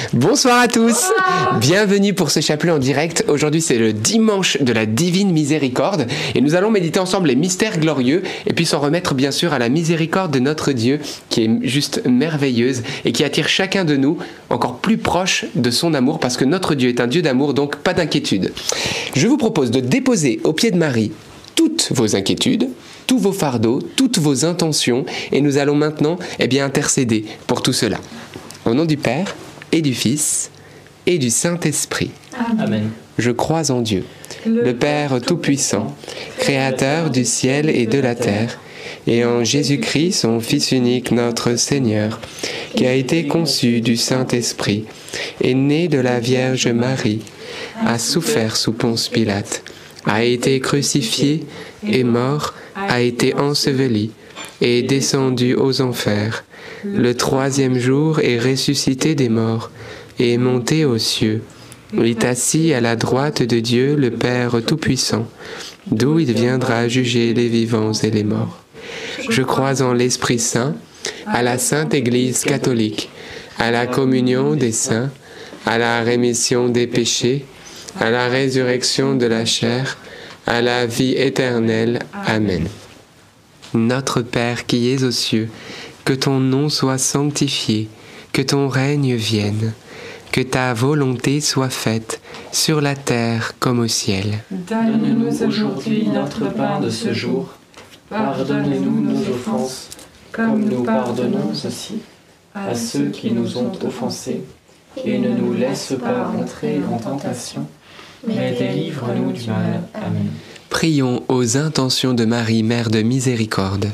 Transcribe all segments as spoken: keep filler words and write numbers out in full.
Bonsoir à tous, bienvenue pour ce chapelet en direct. Aujourd'hui c'est le dimanche de la Divine Miséricorde et nous allons méditer ensemble les mystères glorieux et puis s'en remettre bien sûr à la miséricorde de notre Dieu qui est juste merveilleuse et qui attire chacun de nous encore plus proche de son amour parce que notre Dieu est un Dieu d'amour, donc pas d'inquiétude. Je vous propose de déposer au pied de Marie toutes vos inquiétudes, tous vos fardeaux, toutes vos intentions et nous allons maintenant eh bien, intercéder pour tout cela. Au nom du Père et du Fils et du Saint-Esprit. Amen. Je crois en Dieu, le Père Tout-Puissant, Créateur du ciel et de la terre, et en Jésus-Christ, son Fils unique, notre Seigneur, qui a été conçu du Saint-Esprit, est né de la Vierge Marie, a souffert sous Ponce Pilate, a été crucifié, est mort, a été enseveli, et est descendu aux enfers. Le troisième jour est ressuscité des morts, et est monté aux cieux. Il est assis à la droite de Dieu, le Père Tout-Puissant, d'où il viendra juger les vivants et les morts. Je crois en l'Esprit Saint, à la Sainte Église catholique, à la communion des saints, à la rémission des péchés, à la résurrection de la chair, à la vie éternelle. Amen. Notre Père qui es aux cieux, que ton nom soit sanctifié, que ton règne vienne, que ta volonté soit faite, sur la terre comme au ciel. Donne-nous aujourd'hui notre pain de ce jour. Pardonne-nous nos offenses, comme nous pardonnons aussi à ceux qui nous ont offensés. Et ne nous laisse pas entrer en tentation, mais délivre-nous du mal. Amen. Prions aux intentions de Marie, Mère de Miséricorde.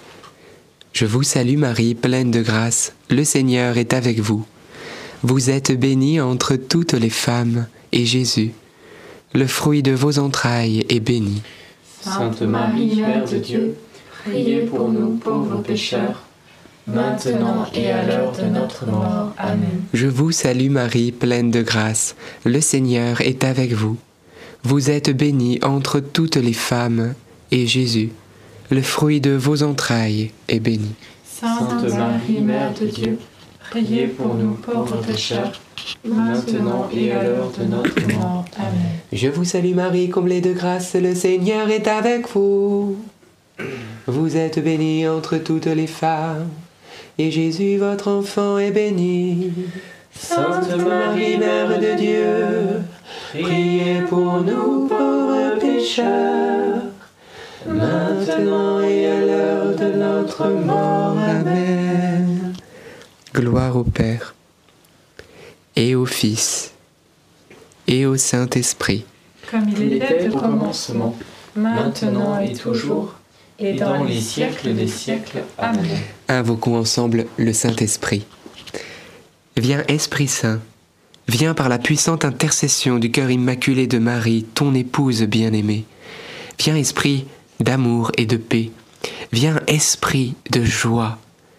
Je vous salue Marie, pleine de grâce, le Seigneur est avec vous. Vous êtes bénie entre toutes les femmes, et Jésus, le fruit de vos entrailles, est béni. Sainte Marie, Mère de Dieu, priez pour nous pauvres pécheurs, maintenant et à l'heure de notre mort. Amen. Je vous salue Marie, pleine de grâce, le Seigneur est avec vous. Vous êtes bénie entre toutes les femmes, et Jésus, le fruit de vos entrailles, est béni. Sainte Marie, Mère de Dieu, priez pour nous pauvres pécheurs, maintenant et à l'heure de notre mort. Amen. Je vous salue Marie, comblée de grâce, le Seigneur est avec vous. Vous êtes bénie entre toutes les femmes, et Jésus, votre enfant, est béni. Sainte Marie, Mère de Dieu, priez pour nous pauvres pécheurs, maintenant et à l'heure de notre mort. Amen. Gloire au Père, et au Fils, et au Saint-Esprit. Comme il était au commencement, maintenant et toujours, et dans les siècles des siècles. Amen. Invoquons ensemble le Saint-Esprit. Viens Esprit Saint, viens par la puissante intercession du cœur immaculé de Marie, ton épouse bien-aimée. Viens Esprit d'amour et de paix, viens Esprit de joie.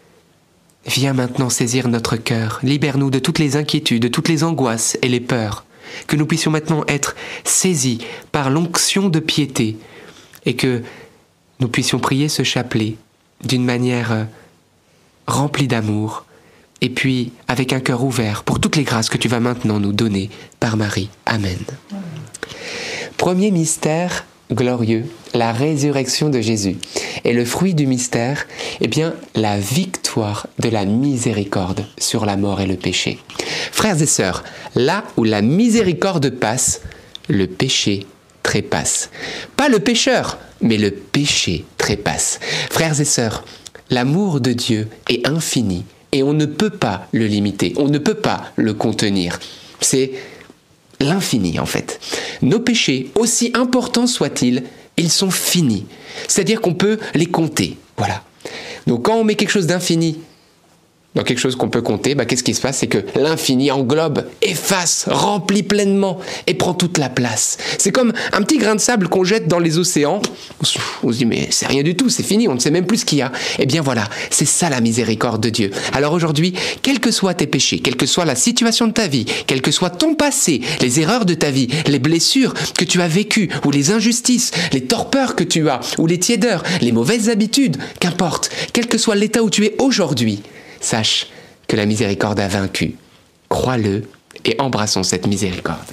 Viens maintenant saisir notre cœur, libère-nous de toutes les inquiétudes, de toutes les angoisses et les peurs, que nous puissions maintenant être saisis par l'onction de piété et que nous puissions prier ce chapelet d'une manière remplie d'amour et puis avec un cœur ouvert pour toutes les grâces que tu vas maintenant nous donner par Marie. Amen. Amen. Premier mystère glorieux, la résurrection de Jésus. Et le fruit du mystère, eh bien, la victoire de la miséricorde sur la mort et le péché. Frères et sœurs, là où la miséricorde passe, le péché trépasse. Pas le pécheur, mais le péché trépasse. Frères et sœurs, l'amour de Dieu est infini et on ne peut pas le limiter, on ne peut pas le contenir. C'est l'infini en fait. Nos péchés, aussi importants soient-ils, ils sont finis. C'est-à-dire qu'on peut les compter. Voilà. Donc quand on met quelque chose d'infini dans quelque chose qu'on peut compter, bah, qu'est-ce qui se passe? C'est que l'infini englobe, efface, remplit pleinement et prend toute la place. C'est comme un petit grain de sable qu'on jette dans les océans. On se dit mais c'est rien du tout, c'est fini, on ne sait même plus ce qu'il y a. Eh bien voilà, c'est ça la miséricorde de Dieu. Alors aujourd'hui, quels que soient tes péchés, quelle que soit la situation de ta vie, quel que soit ton passé, les erreurs de ta vie, les blessures que tu as vécues, ou les injustices, les torpeurs que tu as, ou les tiédeurs, les mauvaises habitudes, qu'importe, quel que soit l'état où tu es aujourd'hui, sache que la miséricorde a vaincu, Crois-le et embrassons cette miséricorde.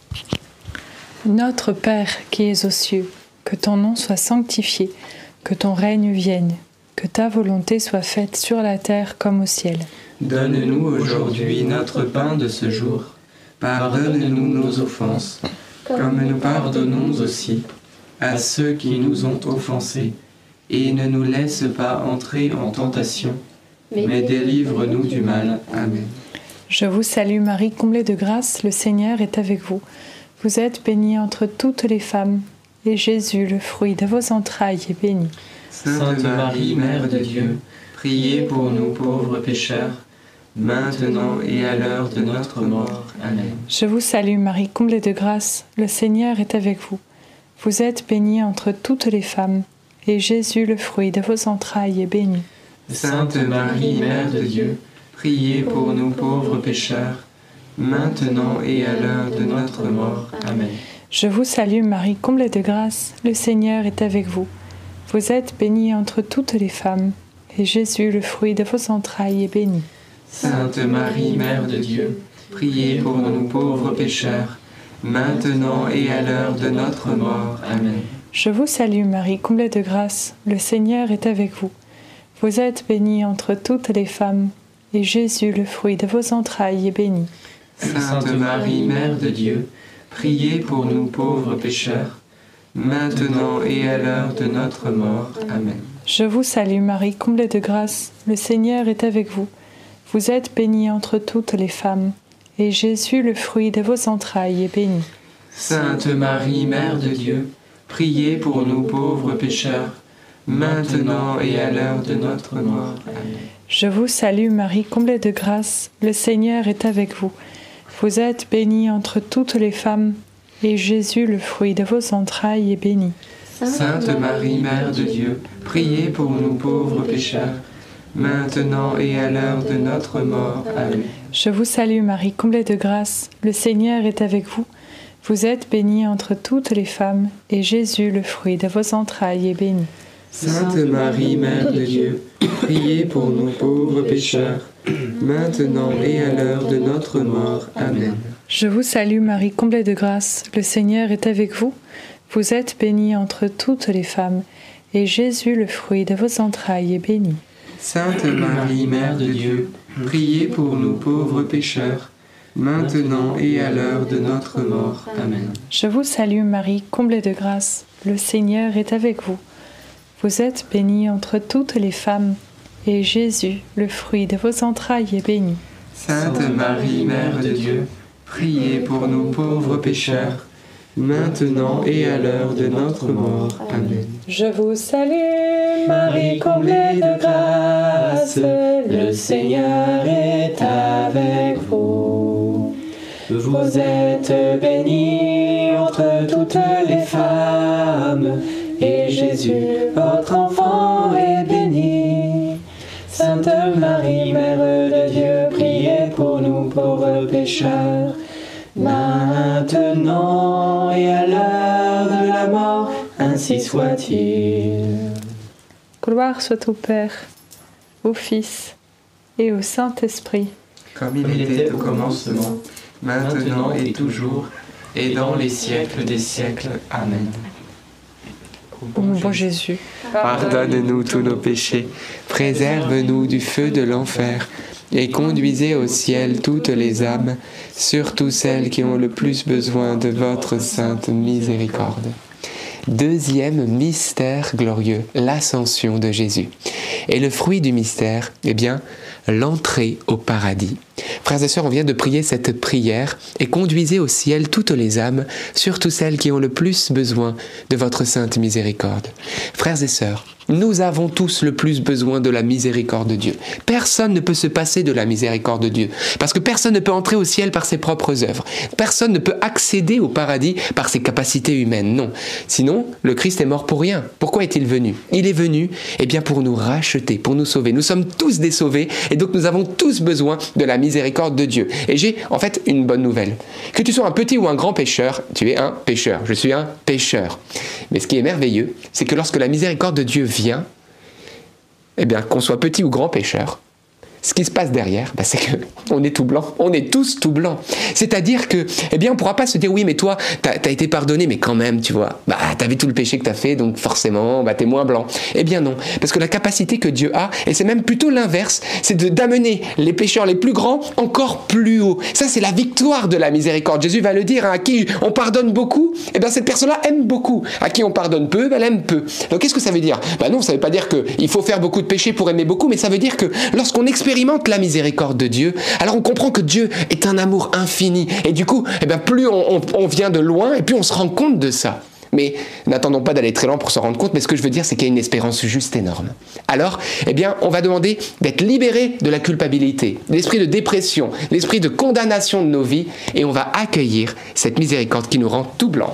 Notre Père qui es aux cieux, que ton nom soit sanctifié, que ton règne vienne, que ta volonté soit faite sur la terre comme au ciel. Donne-nous aujourd'hui notre pain de ce jour. Pardonne-nous nos offenses, comme nous pardonnons aussi à ceux qui nous ont offensés. Et ne nous laisse pas entrer en tentation, mais délivre-nous du mal. Amen. Je vous salue Marie, comblée de grâce, le Seigneur est avec vous. Vous êtes bénie entre toutes les femmes, et Jésus, le fruit de vos entrailles, est béni. Sainte Marie, Mère de Dieu, priez pour nous pauvres pécheurs, maintenant et à l'heure de notre mort. Amen. Je vous salue Marie, comblée de grâce, le Seigneur est avec vous. Vous êtes bénie entre toutes les femmes, et Jésus, le fruit de vos entrailles, est béni. Sainte Marie, Mère de Dieu, priez pour nous pauvres pécheurs, maintenant et à l'heure de notre mort. Amen. Je vous salue Marie, comblée de grâce, le Seigneur est avec vous. Vous êtes bénie entre toutes les femmes, et Jésus, le fruit de vos entrailles, est béni. Sainte Marie, Mère de Dieu, priez pour nous pauvres pécheurs, maintenant et à l'heure de notre mort. Amen. Je vous salue Marie, comblée de grâce, le Seigneur est avec vous. Vous êtes bénie entre toutes les femmes, et Jésus, le fruit de vos entrailles, est béni. Sainte Marie, Mère de Dieu, priez pour nous pauvres pécheurs, maintenant et à l'heure de notre mort. Amen. Je vous salue Marie, comblée de grâce, le Seigneur est avec vous. Vous êtes bénie entre toutes les femmes, et Jésus, le fruit de vos entrailles, est béni. Sainte Marie, Mère de Dieu, priez pour nous pauvres pécheurs, maintenant et à l'heure de notre mort. Amen. Je vous salue Marie, comblée de grâce, le Seigneur est avec vous. Vous êtes bénie entre toutes les femmes, et Jésus, le fruit de vos entrailles, est béni. Sainte Marie, Mère de Dieu, priez pour nous pauvres pécheurs, maintenant et à l'heure de notre mort. Amen. Je vous salue Marie, comblée de grâce, le Seigneur est avec vous. Vous êtes bénie entre toutes les femmes, et Jésus, le fruit de vos entrailles, est béni. Sainte Marie, Mère de Dieu, priez pour nous pauvres pécheurs, maintenant et à l'heure de notre mort. Amen. Je vous salue Marie, comblée de grâce, le Seigneur est avec vous. Vous êtes bénie entre toutes les femmes, et Jésus, le fruit de vos entrailles, est béni. Sainte Marie, Mère de Dieu, priez pour nous pauvres pécheurs, maintenant et à l'heure de notre mort. Amen. Je vous salue Marie, comblée de grâce, le Seigneur est avec vous. Vous êtes bénie entre toutes les femmes, et Jésus, le fruit de vos entrailles, est béni. Sainte Marie, Mère de Dieu, priez pour nous pauvres pécheurs, maintenant et à l'heure de notre mort. Amen. Je vous salue, Marie, comblée de grâce, le Seigneur est avec vous. Vous êtes bénie entre toutes les femmes, et Jésus, votre enfant, est béni. Sainte Marie, Mère de Dieu, priez pour nous pauvres pécheurs, maintenant et à l'heure de la mort, ainsi soit-il. Gloire soit au Père, au Fils et au Saint-Esprit. Comme il était au commencement, maintenant et toujours, et dans les siècles des siècles. Amen. Ô mon bon Jésus, Pardonne-nous tous nos péchés, préserve-nous du feu de l'enfer, et conduisez au ciel toutes les âmes, surtout celles qui ont le plus besoin de votre sainte miséricorde. Deuxième mystère glorieux, l'ascension de Jésus. Et le fruit du mystère, eh bien, l'entrée au paradis. Frères et sœurs, on vient de prier cette prière et conduisez au ciel toutes les âmes, surtout celles qui ont le plus besoin de votre sainte miséricorde. Frères et sœurs, nous avons tous le plus besoin de la miséricorde de Dieu. Personne ne peut se passer de la miséricorde de Dieu, parce que personne ne peut entrer au ciel par ses propres œuvres. Personne ne peut accéder au paradis par ses capacités humaines, non. Sinon, le Christ est mort pour rien. Pourquoi est-il venu? Il est venu, eh bien, pour nous racheter, pour nous sauver. Nous sommes tous des sauvés, et donc nous avons tous besoin de la miséricorde de Dieu. Et j'ai, en fait, une bonne nouvelle. Que tu sois un petit ou un grand pécheur, tu es un pécheur. Je suis un pécheur. Mais ce qui est merveilleux, c'est que lorsque la miséricorde de Dieu vient, eh bien, qu'on soit petit ou grand pécheur, ce qui se passe derrière, bah, c'est qu'on est tout blanc, on est tous tout blancs. C'est-à-dire que, eh bien, on ne pourra pas se dire, oui, mais toi, tu as été pardonné, mais quand même, tu vois, bah, tu avais tout le péché que tu as fait, donc forcément, bah, tu es moins blanc. Eh bien non, parce que la capacité que Dieu a, et c'est même plutôt l'inverse, c'est de, d'amener les pécheurs les plus grands encore plus haut. Ça, c'est la victoire de la miséricorde. Jésus va le dire, hein, à qui on pardonne beaucoup, eh bien, cette personne-là aime beaucoup. À qui on pardonne peu, ben, elle aime peu. Donc, qu'est-ce que ça veut dire? Ben non, ça ne veut pas dire qu'il faut faire beaucoup de péchés pour aimer beaucoup, mais ça veut dire que lorsqu'on expérimente la miséricorde de Dieu, alors on comprend que Dieu est un amour infini. Et du coup, eh bien, plus on, on, on vient de loin, et plus on se rend compte de ça. Mais n'attendons pas d'aller très loin pour se rendre compte, mais ce que je veux dire, c'est qu'il y a une espérance juste énorme. Alors, eh bien, on va demander d'être libéré de la culpabilité, l'esprit de dépression, l'esprit de condamnation de nos vies, et on va accueillir cette miséricorde qui nous rend tout blanc.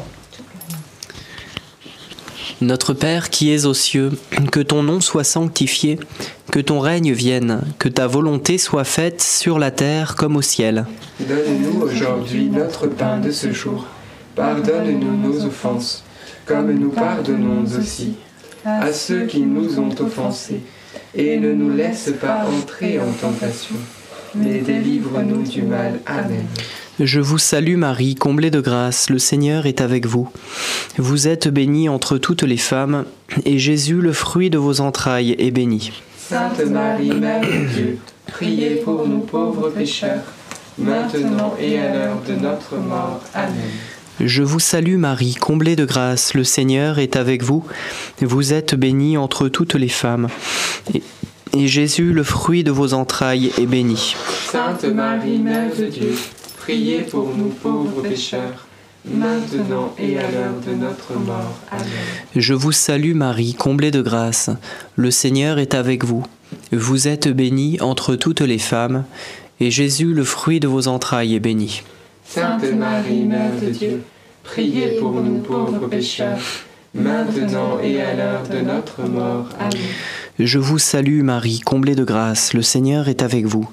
Notre Père qui es aux cieux, que ton nom soit sanctifié, que ton règne vienne, que ta volonté soit faite sur la terre comme au ciel. Donne-nous aujourd'hui notre pain de ce jour. Pardonne-nous nos offenses, comme nous pardonnons aussi à ceux qui nous ont offensés. Et ne nous laisse pas entrer en tentation, mais délivre-nous du mal. Amen. Je vous salue Marie, comblée de grâce, le Seigneur est avec vous. Vous êtes bénie entre toutes les femmes, et Jésus, le fruit de vos entrailles, est béni. Sainte Marie, Mère de Dieu, priez pour nous pauvres pécheurs, maintenant et à l'heure de notre mort. Amen. Je vous salue Marie, comblée de grâce, le Seigneur est avec vous. Vous êtes bénie entre toutes les femmes, et, et Jésus, le fruit de vos entrailles, est béni. Sainte Marie, Mère de Dieu, priez pour nous pauvres pécheurs, maintenant et à l'heure de notre mort. Amen. Je vous salue Marie, comblée de grâce, le Seigneur est avec vous. Vous êtes bénie entre toutes les femmes, et Jésus, le fruit de vos entrailles, est béni. Sainte Marie, Mère de Dieu, priez pour nous pauvres pécheurs, maintenant et à l'heure de notre mort. Amen. Je vous salue Marie, comblée de grâce, le Seigneur est avec vous.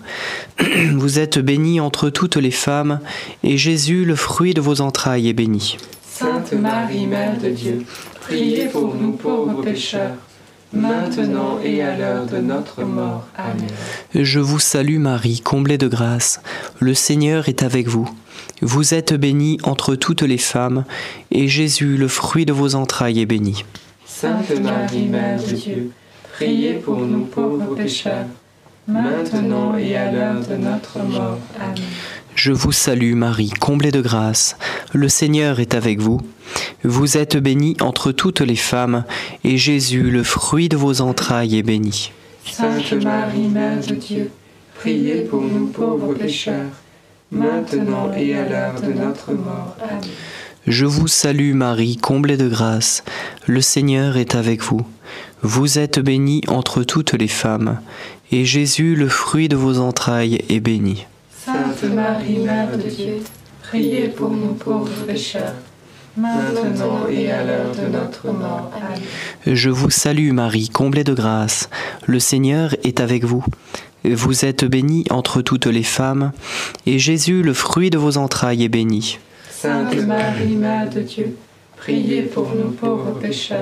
Vous êtes bénie entre toutes les femmes, et Jésus, le fruit de vos entrailles, est béni. Sainte Marie, Mère de Dieu, priez pour nous pauvres pécheurs, maintenant et à l'heure de notre mort. Amen. Je vous salue Marie, comblée de grâce, le Seigneur est avec vous. Vous êtes bénie entre toutes les femmes, et Jésus, le fruit de vos entrailles, est béni. Sainte Marie, Mère de Dieu, priez pour nous pauvres pécheurs, maintenant et à l'heure de notre mort. Amen. Je vous salue Marie, comblée de grâce, le Seigneur est avec vous. Vous êtes bénie entre toutes les femmes, et Jésus, le fruit de vos entrailles, est béni. Sainte Marie, Mère de Dieu, priez pour nous pauvres pécheurs, maintenant et à l'heure de notre mort. Amen. Je vous salue Marie, comblée de grâce, le Seigneur est avec vous. Vous êtes bénie entre toutes les femmes, et Jésus, le fruit de vos entrailles, est béni. Sainte Marie, Mère de Dieu, priez pour nous pauvres pécheurs, maintenant et à l'heure de notre mort. Amen. Je vous salue Marie, comblée de grâce, le Seigneur est avec vous. Vous êtes bénie entre toutes les femmes, et Jésus, le fruit de vos entrailles, est béni. Sainte Marie, Mère de Dieu, priez pour nous pauvres pécheurs,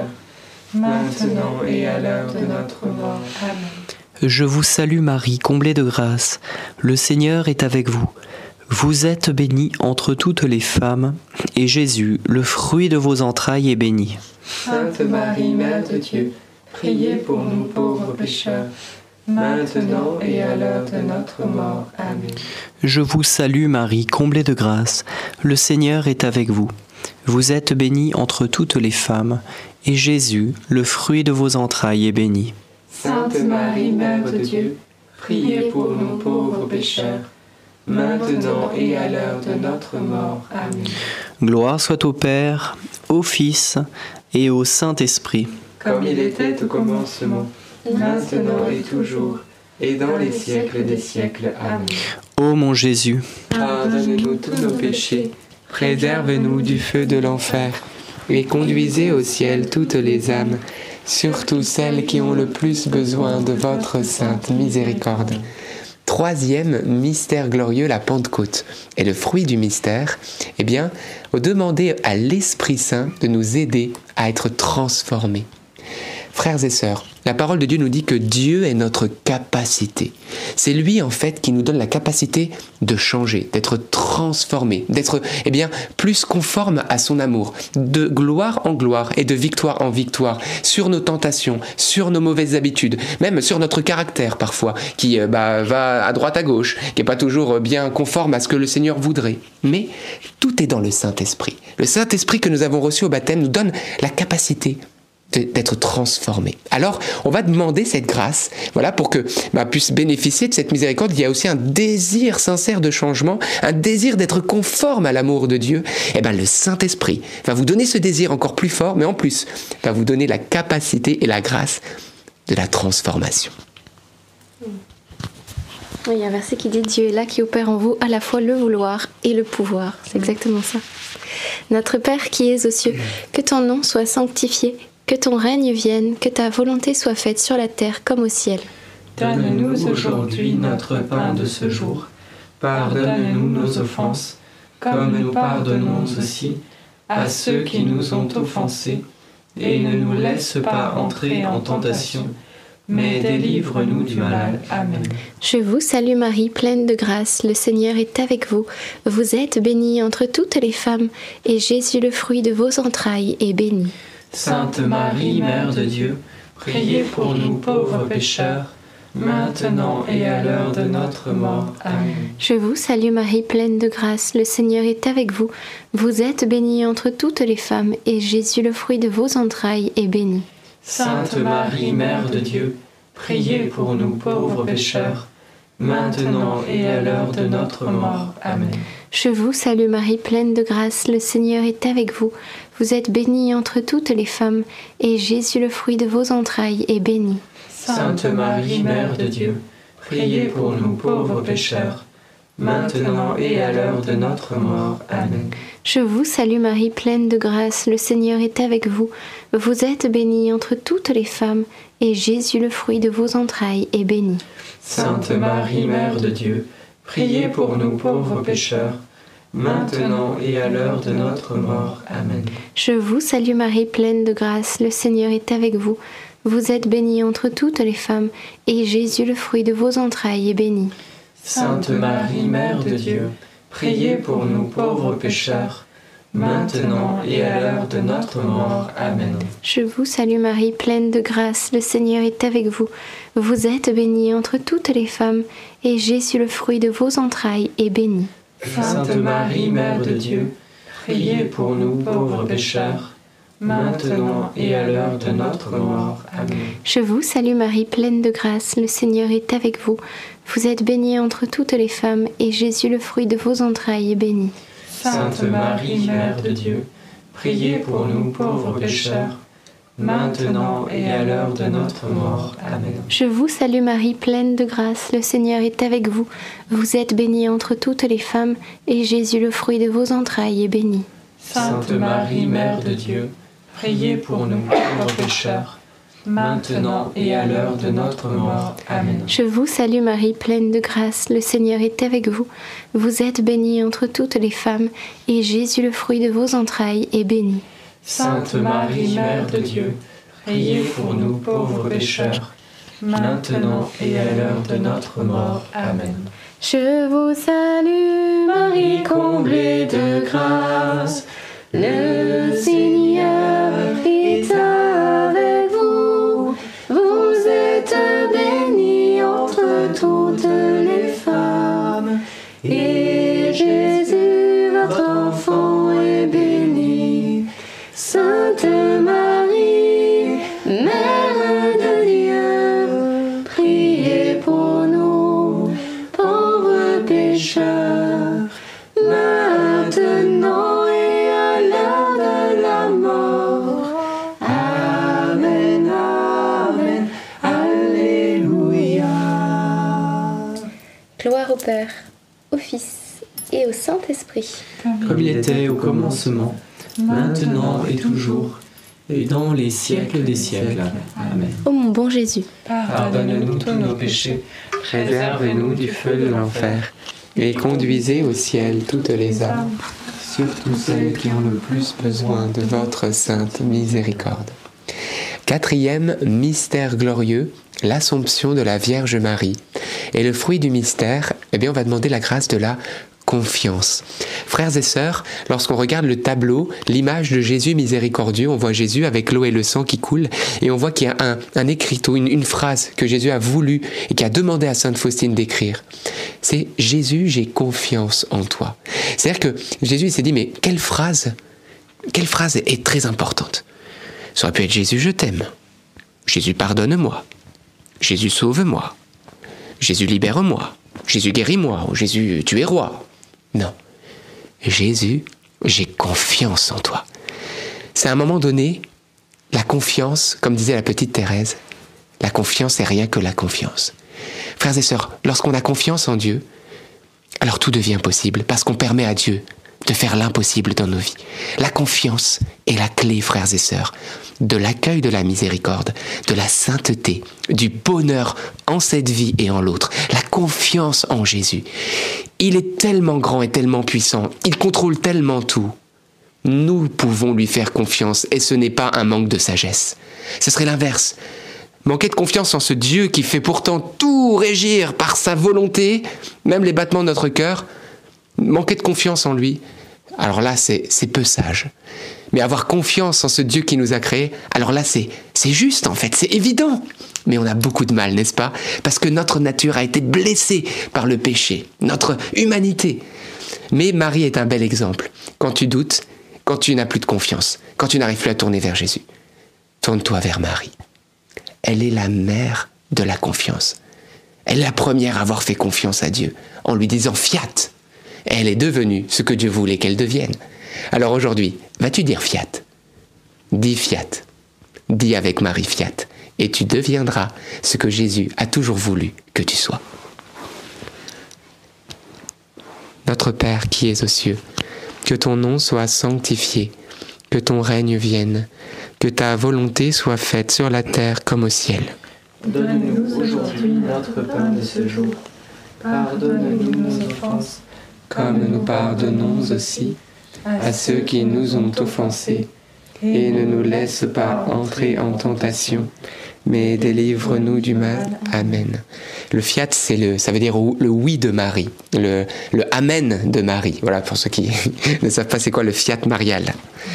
maintenant et à l'heure de notre mort. Amen. Je vous salue Marie, comblée de grâce, le Seigneur est avec vous. Vous êtes bénie entre toutes les femmes, et Jésus, le fruit de vos entrailles, est béni. Sainte Marie, Mère de Dieu, priez pour nous pauvres pécheurs, maintenant et à l'heure de notre mort. Amen. Je vous salue Marie, comblée de grâce, le Seigneur est avec vous. Vous êtes bénie entre toutes les femmes, et Jésus, le fruit de vos entrailles, est béni. Sainte Marie, Mère de Dieu, priez pour nous pauvres pécheurs, maintenant et à l'heure de notre mort. Amen. Gloire soit au Père, au Fils et au Saint-Esprit. Comme il était au commencement, maintenant et toujours, et dans les siècles des siècles. Amen. Ô mon Jésus, pardonne-nous tous nos péchés, préserve-nous du feu de l'enfer, et conduisez au ciel toutes les âmes, surtout celles qui ont le plus besoin de votre sainte miséricorde. Troisième mystère glorieux, la Pentecôte. Et le fruit du mystère, eh bien, demander à l'Esprit Saint de nous aider à être transformés. Frères et sœurs, la parole de Dieu nous dit que Dieu est notre capacité. C'est lui en fait qui nous donne la capacité de changer, d'être transformé, d'être eh bien plus conforme à son amour, de gloire en gloire et de victoire en victoire, sur nos tentations, sur nos mauvaises habitudes, même sur notre caractère parfois, qui bah, va à droite à gauche, qui n'est pas toujours bien conforme à ce que le Seigneur voudrait. Mais tout est dans le Saint-Esprit. Le Saint-Esprit que nous avons reçu au baptême nous donne la capacité d'être transformé. Alors, on va demander cette grâce, voilà, pour que bah, puisse bénéficier de cette miséricorde. Il y a aussi un désir sincère de changement, un désir d'être conforme à l'amour de Dieu. Et ben, le Saint-Esprit va vous donner ce désir encore plus fort, mais en plus, va vous donner la capacité et la grâce de la transformation. Oui, il y a un verset qui dit « Dieu est là qui opère en vous à la fois le vouloir et le pouvoir ». C'est exactement ça. Notre Père qui es aux cieux, que ton nom soit sanctifié, que ton règne vienne, que ta volonté soit faite sur la terre comme au ciel. Donne-nous aujourd'hui notre pain de ce jour. Pardonne-nous nos offenses, comme nous pardonnons aussi à ceux qui nous ont offensés. Et ne nous laisse pas entrer en tentation, mais délivre-nous du mal. Amen. Je vous salue Marie, pleine de grâce, le Seigneur est avec vous. Vous êtes bénie entre toutes les femmes, et Jésus, le fruit de vos entrailles, est béni. Sainte Marie, Mère de Dieu, priez pour nous pauvres pécheurs, maintenant et à l'heure de notre mort. Amen. Je vous salue Marie, pleine de grâce, le Seigneur est avec vous. Vous êtes bénie entre toutes les femmes, et Jésus, le fruit de vos entrailles, est béni. Sainte Marie, Mère de Dieu, priez pour nous pauvres pécheurs, maintenant et à l'heure de notre mort. Amen. Je vous salue Marie, pleine de grâce, le Seigneur est avec vous. Vous êtes bénie entre toutes les femmes, et Jésus, le fruit de vos entrailles, est béni. Sainte Marie, Mère de Dieu, priez pour nous pauvres pécheurs, maintenant et à l'heure de notre mort. Amen. Je vous salue Marie, pleine de grâce, le Seigneur est avec vous. Vous êtes bénie entre toutes les femmes, et Jésus, le fruit de vos entrailles, est béni. Sainte Marie, Mère de Dieu, priez pour nous pauvres pécheurs, maintenant et à l'heure de notre mort. Amen. Je vous salue Marie, pleine de grâce, le Seigneur est avec vous. Vous êtes bénie entre toutes les femmes, et Jésus, le fruit de vos entrailles, est béni. Sainte Marie, Mère de Dieu, priez pour nous pauvres pécheurs, maintenant et à l'heure de notre mort. Amen. Je vous salue Marie, pleine de grâce, le Seigneur est avec vous. Vous êtes bénie entre toutes les femmes, et Jésus, le fruit de vos entrailles, est béni. Sainte Marie, Mère de Dieu, priez pour nous pauvres pécheurs, maintenant et à l'heure de notre mort. Amen. Je vous salue Marie, pleine de grâce, le Seigneur est avec vous. Vous êtes bénie entre toutes les femmes, et Jésus, le fruit de vos entrailles, est béni. Sainte Marie, Mère de Dieu, priez pour nous pauvres pécheurs, maintenant et à l'heure de notre mort. Amen. Je vous salue Marie, pleine de grâce, le Seigneur est avec vous. Vous êtes bénie entre toutes les femmes, et Jésus, le fruit de vos entrailles, est béni. Sainte Marie, Mère de Dieu, priez pour nous pauvres pécheurs, maintenant et à l'heure de notre mort. Amen. Je vous salue Marie, pleine de grâce, le Seigneur est avec vous. Vous êtes bénie entre toutes les femmes, et Jésus, le fruit de vos entrailles, est béni. Sainte Marie, Mère de Dieu, priez pour nous pauvres pécheurs, maintenant et à l'heure de notre mort. Amen. Je vous salue Marie, comblée de grâce, le Seigneur est avec vous. Vous êtes bénie entre toutes les femmes, et Jésus, votre enfant, est béni. Sainte Marie, Mère de Dieu, priez pour nous, pauvres pécheurs, maintenant et à l'heure de la mort. Amen, amen, alléluia. Gloire au Père, au Fils et au Saint-Esprit. Comme il était au commencement, maintenant et toujours, et dans les siècles des siècles. Amen. Ô mon bon Jésus, Pardonne-nous tous nos péchés, Préservez-nous du feu de l'enfer, et conduisez au ciel toutes les âmes, surtout celles qui ont le plus besoin de votre sainte miséricorde. Quatrième mystère glorieux, l'Assomption de la Vierge Marie. Et le fruit du mystère, eh bien, on va demander la grâce de la confiance. Frères et sœurs, lorsqu'on regarde le tableau, l'image de Jésus miséricordieux, on voit Jésus avec l'eau et le sang qui coulent, et on voit qu'il y a un, un écriteau, une, une phrase que Jésus a voulu et qui a demandé à Sainte Faustine d'écrire. C'est « Jésus, j'ai confiance en toi ». C'est-à-dire que Jésus il s'est dit « Mais quelle phrase, quelle phrase est très importante ?» Ça aurait pu être « Jésus, je t'aime »,« Jésus, pardonne-moi »,« Jésus, sauve-moi »,« Jésus, libère-moi », Jésus, guéris-moi, ou Jésus, tu es roi. Non. Jésus, j'ai confiance en toi. C'est à un moment donné, la confiance, comme disait la petite Thérèse, la confiance est rien que la confiance. Frères et sœurs, lorsqu'on a confiance en Dieu, alors tout devient possible, parce qu'on permet à Dieu de faire l'impossible dans nos vies. La confiance est la clé, frères et sœurs, de l'accueil de la miséricorde, de la sainteté, du bonheur en cette vie et en l'autre. La confiance en Jésus. Il est tellement grand et tellement puissant, il contrôle tellement tout. Nous pouvons lui faire confiance et ce n'est pas un manque de sagesse. Ce serait l'inverse. Manquer de confiance en ce Dieu qui fait pourtant tout régir par sa volonté, même les battements de notre cœur, manquer de confiance en lui, alors là c'est, c'est peu sage. Mais avoir confiance en ce Dieu qui nous a créés, alors là c'est, c'est juste en fait, c'est évident. Mais on a beaucoup de mal, n'est-ce pas? Parce que notre nature a été blessée par le péché, notre humanité. Mais Marie est un bel exemple. Quand tu doutes, quand tu n'as plus de confiance, quand tu n'arrives plus à tourner vers Jésus, tourne-toi vers Marie. Elle est la mère de la confiance. Elle est la première à avoir fait confiance à Dieu, en lui disant « fiat ». Elle est devenue ce que Dieu voulait qu'elle devienne. Alors aujourd'hui, vas-tu dire fiat? Dis fiat. Dis avec Marie fiat. Et tu deviendras ce que Jésus a toujours voulu que tu sois. Notre Père qui es aux cieux, que ton nom soit sanctifié, que ton règne vienne, que ta volonté soit faite sur la terre comme au ciel. Donne-nous aujourd'hui notre pain de ce jour. Pardonne-nous nos offenses, comme nous pardonnons aussi à ceux qui nous ont offensés. Et ne nous laisse pas entrer en tentation, mais délivre-nous du mal. Amen. Le fiat, c'est le, ça veut dire le oui de Marie, le, le amen de Marie. Voilà, pour ceux qui ne savent pas c'est quoi le fiat marial.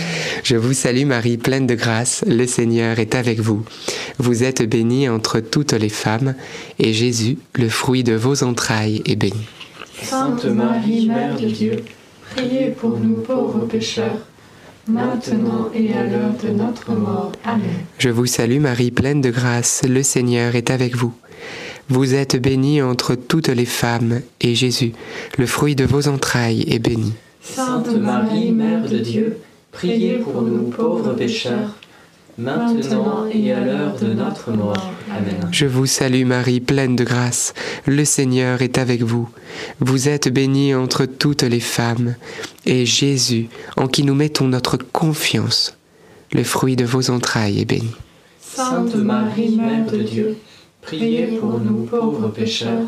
Je vous salue Marie, pleine de grâce, le Seigneur est avec vous. Vous êtes bénie entre toutes les femmes, et Jésus, le fruit de vos entrailles, est béni. Sainte Marie, Mère de Dieu, priez pour nous pauvres pécheurs, maintenant et à l'heure de notre mort. Amen. Je vous salue Marie, pleine de grâce, le Seigneur est avec vous. Vous êtes bénie entre toutes les femmes, et Jésus, le fruit de vos entrailles, est béni. Sainte Marie, Mère de Dieu, priez pour nous pauvres pécheurs, maintenant et à l'heure de notre mort. Amen. Je vous salue Marie, pleine de grâce, le Seigneur est avec vous. Vous êtes bénie entre toutes les femmes, et Jésus, en qui nous mettons notre confiance, le fruit de vos entrailles, est béni. Sainte Marie, Mère de Dieu, priez pour nous pauvres pécheurs,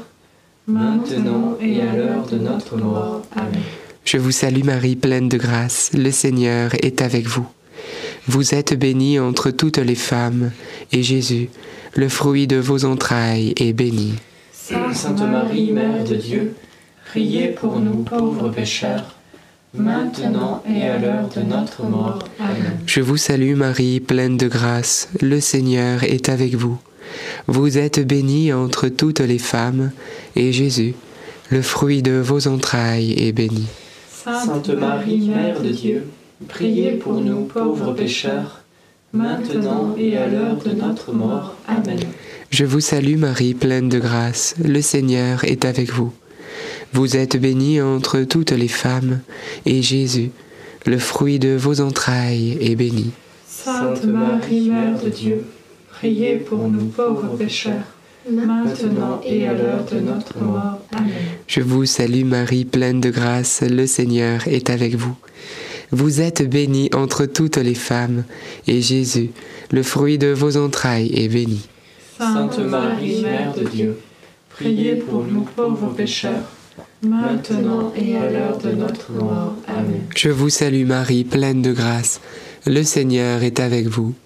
maintenant et à l'heure de notre mort. Amen. Je vous salue Marie, pleine de grâce, le Seigneur est avec vous. Vous êtes bénie entre toutes les femmes, et Jésus, le fruit de vos entrailles, est béni. Sainte Marie, Mère de Dieu, priez pour nous pauvres pécheurs, maintenant et à l'heure de notre mort. Amen. Je vous salue Marie, pleine de grâce, le Seigneur est avec vous. Vous êtes bénie entre toutes les femmes, et Jésus, le fruit de vos entrailles, est béni. Sainte Marie, Mère de Dieu, priez pour nous pauvres pécheurs, maintenant et à l'heure de notre mort. Amen. Je vous salue Marie, pleine de grâce, le Seigneur est avec vous. Vous êtes bénie entre toutes les femmes, et Jésus, le fruit de vos entrailles, est béni. Sainte Marie, Mère de Dieu, priez pour nous pauvres pécheurs, maintenant et à l'heure de notre mort. Amen. Je vous salue Marie, pleine de grâce, le Seigneur est avec vous. Vous êtes bénie entre toutes les femmes, et Jésus, le fruit de vos entrailles, est béni. Sainte Marie, Mère de Dieu, priez pour nous pauvres pécheurs, maintenant et à l'heure de notre mort. Amen. Je vous salue Marie, pleine de grâce, le Seigneur est avec vous.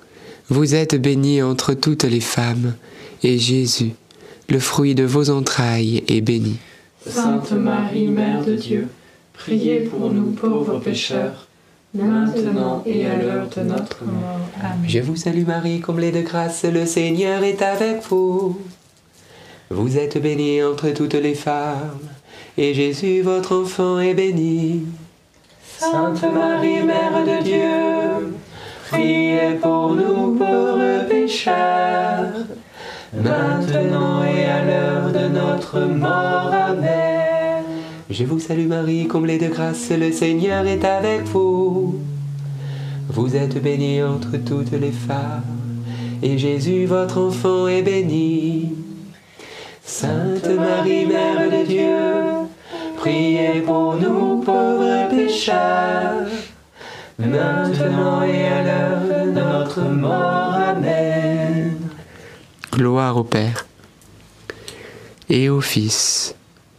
Vous êtes bénie entre toutes les femmes, et Jésus, le fruit de vos entrailles, est béni. Sainte Marie, Mère de Dieu, priez pour nous pauvres pécheurs, maintenant et à l'heure de notre mort. Amen. Je vous salue Marie, comblée de grâce, le Seigneur est avec vous. Vous êtes bénie entre toutes les femmes, et Jésus, votre enfant, est béni. Sainte Marie, Mère de Dieu, priez pour nous pauvres pécheurs, maintenant et à l'heure de notre mort. Amen. Je vous salue Marie, comblée de grâce, le Seigneur est avec vous. Vous êtes bénie entre toutes les femmes, et Jésus, votre enfant, est béni. Sainte Marie, Mère de Dieu, priez pour nous pauvres pécheurs, maintenant et à l'heure de notre mort. Amen. Gloire au Père, et au Fils,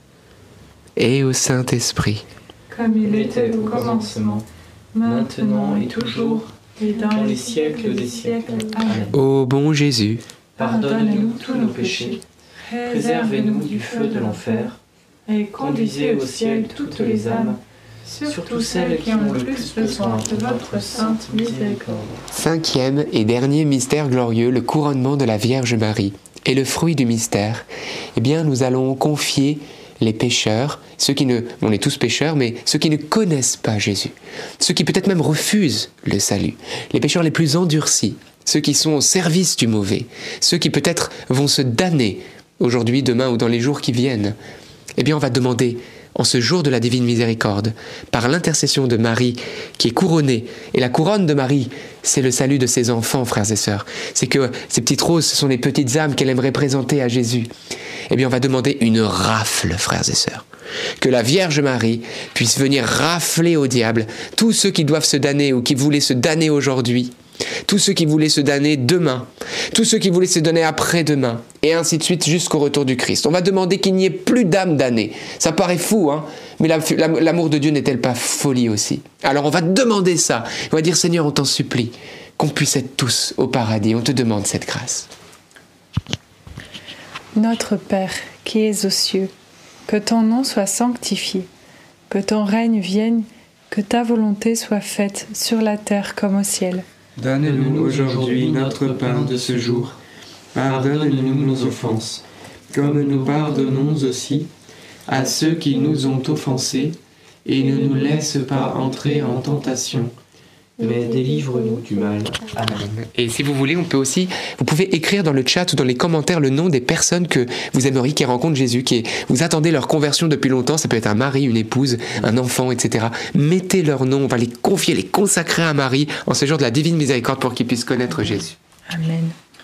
et au Saint-Esprit. Comme il était au commencement, maintenant et toujours, et dans les siècles des siècles. Amen. Ô bon Jésus, Pardonne-nous tous nos péchés, préservez-nous du feu de l'enfer, et conduisez au ciel toutes les âmes, surtout celles qui ont le plus besoin de votre sainte miséricorde. cinquième et dernier mystère glorieux, le couronnement de la Vierge Marie. Et le fruit du mystère, eh bien nous allons confier les pécheurs, ceux qui ne, on est tous pécheurs, mais ceux qui ne connaissent pas Jésus, ceux qui peut-être même refusent le salut, les pécheurs les plus endurcis, ceux qui sont au service du mauvais, ceux qui peut-être vont se damner aujourd'hui, demain ou dans les jours qui viennent. Eh bien on va demander, en ce jour de la Divine Miséricorde, par l'intercession de Marie qui est couronnée, et la couronne de Marie, c'est le salut de ses enfants, frères et sœurs. C'est que ces petites roses, ce sont les petites âmes qu'elle aimerait présenter à Jésus. Eh bien on va demander une rafle, frères et sœurs. Que la Vierge Marie puisse venir rafler au diable tous ceux qui doivent se damner ou qui voulaient se damner aujourd'hui, tous ceux qui voulaient se damner demain, tous ceux qui voulaient se donner après-demain, et ainsi de suite jusqu'au retour du Christ. On va demander qu'il n'y ait plus d'âmes damnées. Ça paraît fou, hein, mais la, la, l'amour de Dieu n'est-elle pas folie aussi? Alors on va demander ça. On va dire, Seigneur, on t'en supplie, qu'on puisse être tous au paradis. On te demande cette grâce. Notre Père, qui es aux cieux, que ton nom soit sanctifié, que ton règne vienne, que ta volonté soit faite sur la terre comme au ciel. Donne-nous aujourd'hui notre pain de ce jour. Pardonne-nous nos offenses, comme nous pardonnons aussi à ceux qui nous ont offensés, et ne nous laisse pas entrer en tentation, mais délivre-nous du mal. Amen. Et si vous voulez, on peut aussi, vous pouvez écrire dans le chat ou dans les commentaires le nom des personnes que vous aimeriez qui rencontrent Jésus, qui est, vous attendez leur conversion depuis longtemps. Ça peut être un mari, une épouse, un enfant, et cetera. Mettez leur nom, on va les confier, les consacrer à Marie en ce jour de la Divine Miséricorde pour qu'ils puissent connaître Jésus. Amen.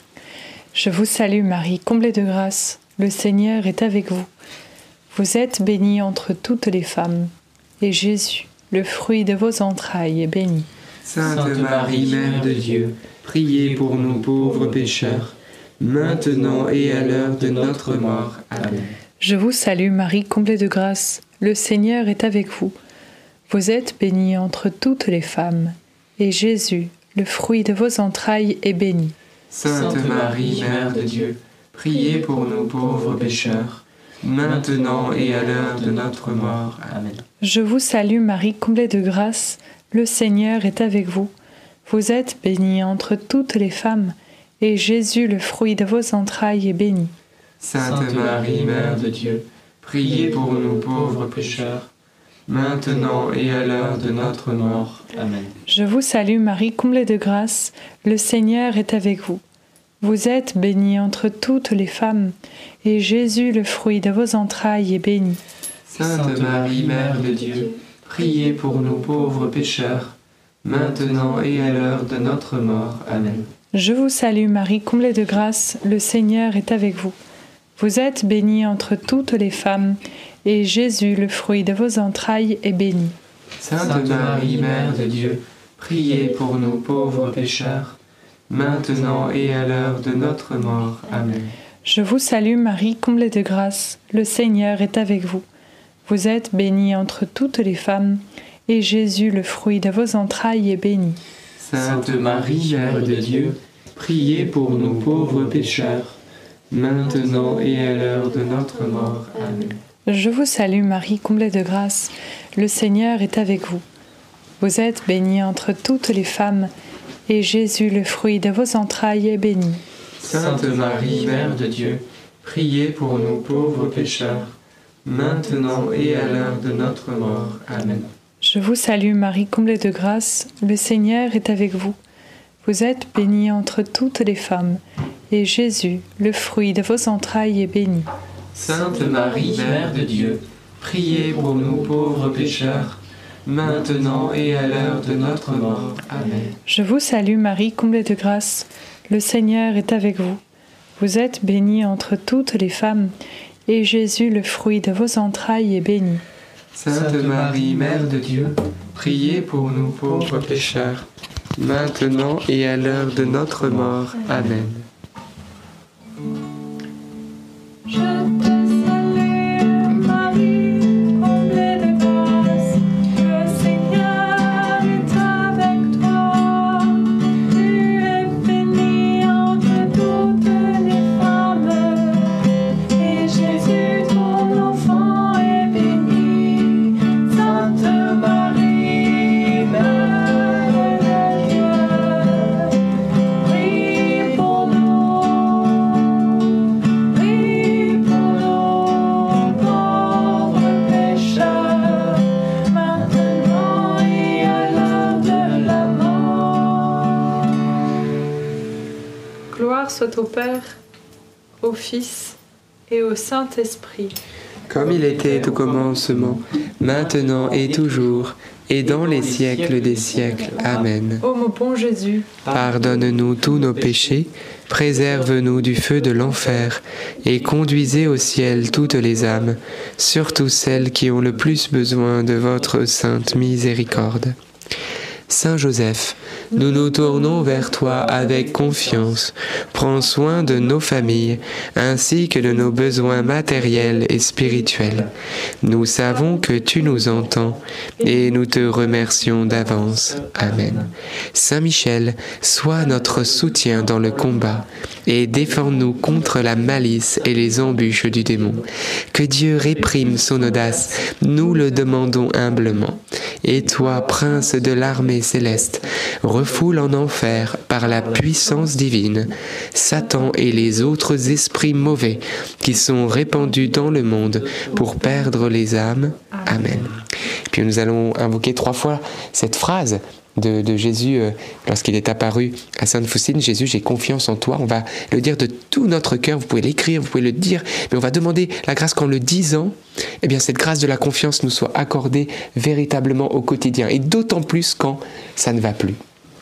Je vous salue Marie, comblée de grâce, le Seigneur est avec vous. Vous êtes bénie entre toutes les femmes, et Jésus, le fruit de vos entrailles, est béni. Sainte Marie, Mère de Dieu, priez pour nous pauvres pécheurs, maintenant et à l'heure de notre mort. Amen. Je vous salue Marie, comblée de grâce, le Seigneur est avec vous. Vous êtes bénie entre toutes les femmes, et Jésus, le fruit de vos entrailles, est béni. Sainte Marie, Mère de Dieu, priez pour nous pauvres pécheurs, maintenant et à l'heure de notre mort. Amen. Je vous salue Marie, comblée de grâce, le Seigneur est avec vous. Vous êtes bénie entre toutes les femmes, et Jésus, le fruit de vos entrailles, est béni. Sainte Marie, Mère de Dieu, priez pour nous pauvres pécheurs, maintenant et à l'heure de notre mort. Amen. Je vous salue Marie, comblée de grâce, le Seigneur est avec vous. Vous êtes bénie entre toutes les femmes, et Jésus, le fruit de vos entrailles, est béni. Sainte Marie, Mère de Dieu, priez pour nous pauvres pécheurs, maintenant et à l'heure de notre mort. Amen. Je vous salue Marie, comblée de grâce, le Seigneur est avec vous. Vous êtes bénie entre toutes les femmes, et Jésus, le fruit de vos entrailles, est béni. Sainte Marie, Mère de Dieu, priez pour nous pauvres pécheurs, maintenant et à l'heure de notre mort. Amen. Je vous salue Marie, comblée de grâce, le Seigneur est avec vous. Vous êtes bénie entre toutes les femmes, et Jésus, le fruit de vos entrailles, est béni. Sainte Marie, Mère de Dieu, priez pour nous pauvres pécheurs, maintenant et à l'heure de notre mort. Amen. Je vous salue Marie, comblée de grâce, le Seigneur est avec vous. Vous êtes bénie entre toutes les femmes, et Jésus, le fruit de vos entrailles, est béni. Sainte Marie, Mère de Dieu, priez pour nous pauvres pécheurs, maintenant et à l'heure de notre mort. Amen. Je vous salue Marie, comblée de grâce, le Seigneur est avec vous. Vous êtes bénie entre toutes les femmes, et Jésus, le fruit de vos entrailles, est béni. Sainte Marie, Mère de Dieu, priez pour nous pauvres pécheurs, maintenant et à l'heure de notre mort. Amen. Je vous salue Marie, comblée de grâce, le Seigneur est avec vous. Vous êtes bénie entre toutes les femmes, et Jésus, le fruit de vos entrailles, est béni. Sainte Marie, Mère de Dieu, priez pour nous pauvres pécheurs, maintenant et à l'heure de notre mort. Amen. Je te salue Marie, comblée de grâce, le Seigneur est avec toi. Tu es bénie entre toutes les femmes, et Jésus, ton enfant, est béni. Sainte Marie, Mère de Dieu, prie pour nous. Prie pour nous, pauvres pécheurs, maintenant et à l'heure de la mort. Gloire soit au Père, au Fils et au Saint-Esprit. Comme il était au commencement, maintenant et toujours, et dans les siècles des siècles. Amen. Ô mon bon Jésus, Pardonne-nous tous nos péchés, préserve-nous du feu de l'enfer, et conduisez au ciel toutes les âmes, surtout celles qui ont le plus besoin de votre sainte miséricorde. Saint Joseph, nous nous tournons vers toi avec confiance. Prends soin de nos familles, ainsi que de nos besoins matériels et spirituels. Nous savons que tu nous entends, et nous te remercions d'avance. Amen. Saint Michel, sois notre soutien dans le combat, et défends-nous contre la malice et les embûches du démon. Que Dieu réprime son audace, nous le demandons humblement. Et toi, prince de l'armée céleste, refoule en enfer par la puissance divine Satan et les autres esprits mauvais qui sont répandus dans le monde pour perdre les âmes. Amen. Puis nous allons invoquer trois fois cette phrase de, de Jésus euh, lorsqu'il est apparu à Sainte Faustine. Jésus, j'ai confiance en toi. On va le dire de tout notre cœur. Vous pouvez l'écrire, vous pouvez le dire, mais on va demander la grâce qu'en le disant, eh bien cette grâce de la confiance nous soit accordée véritablement au quotidien, et d'autant plus quand ça ne va plus.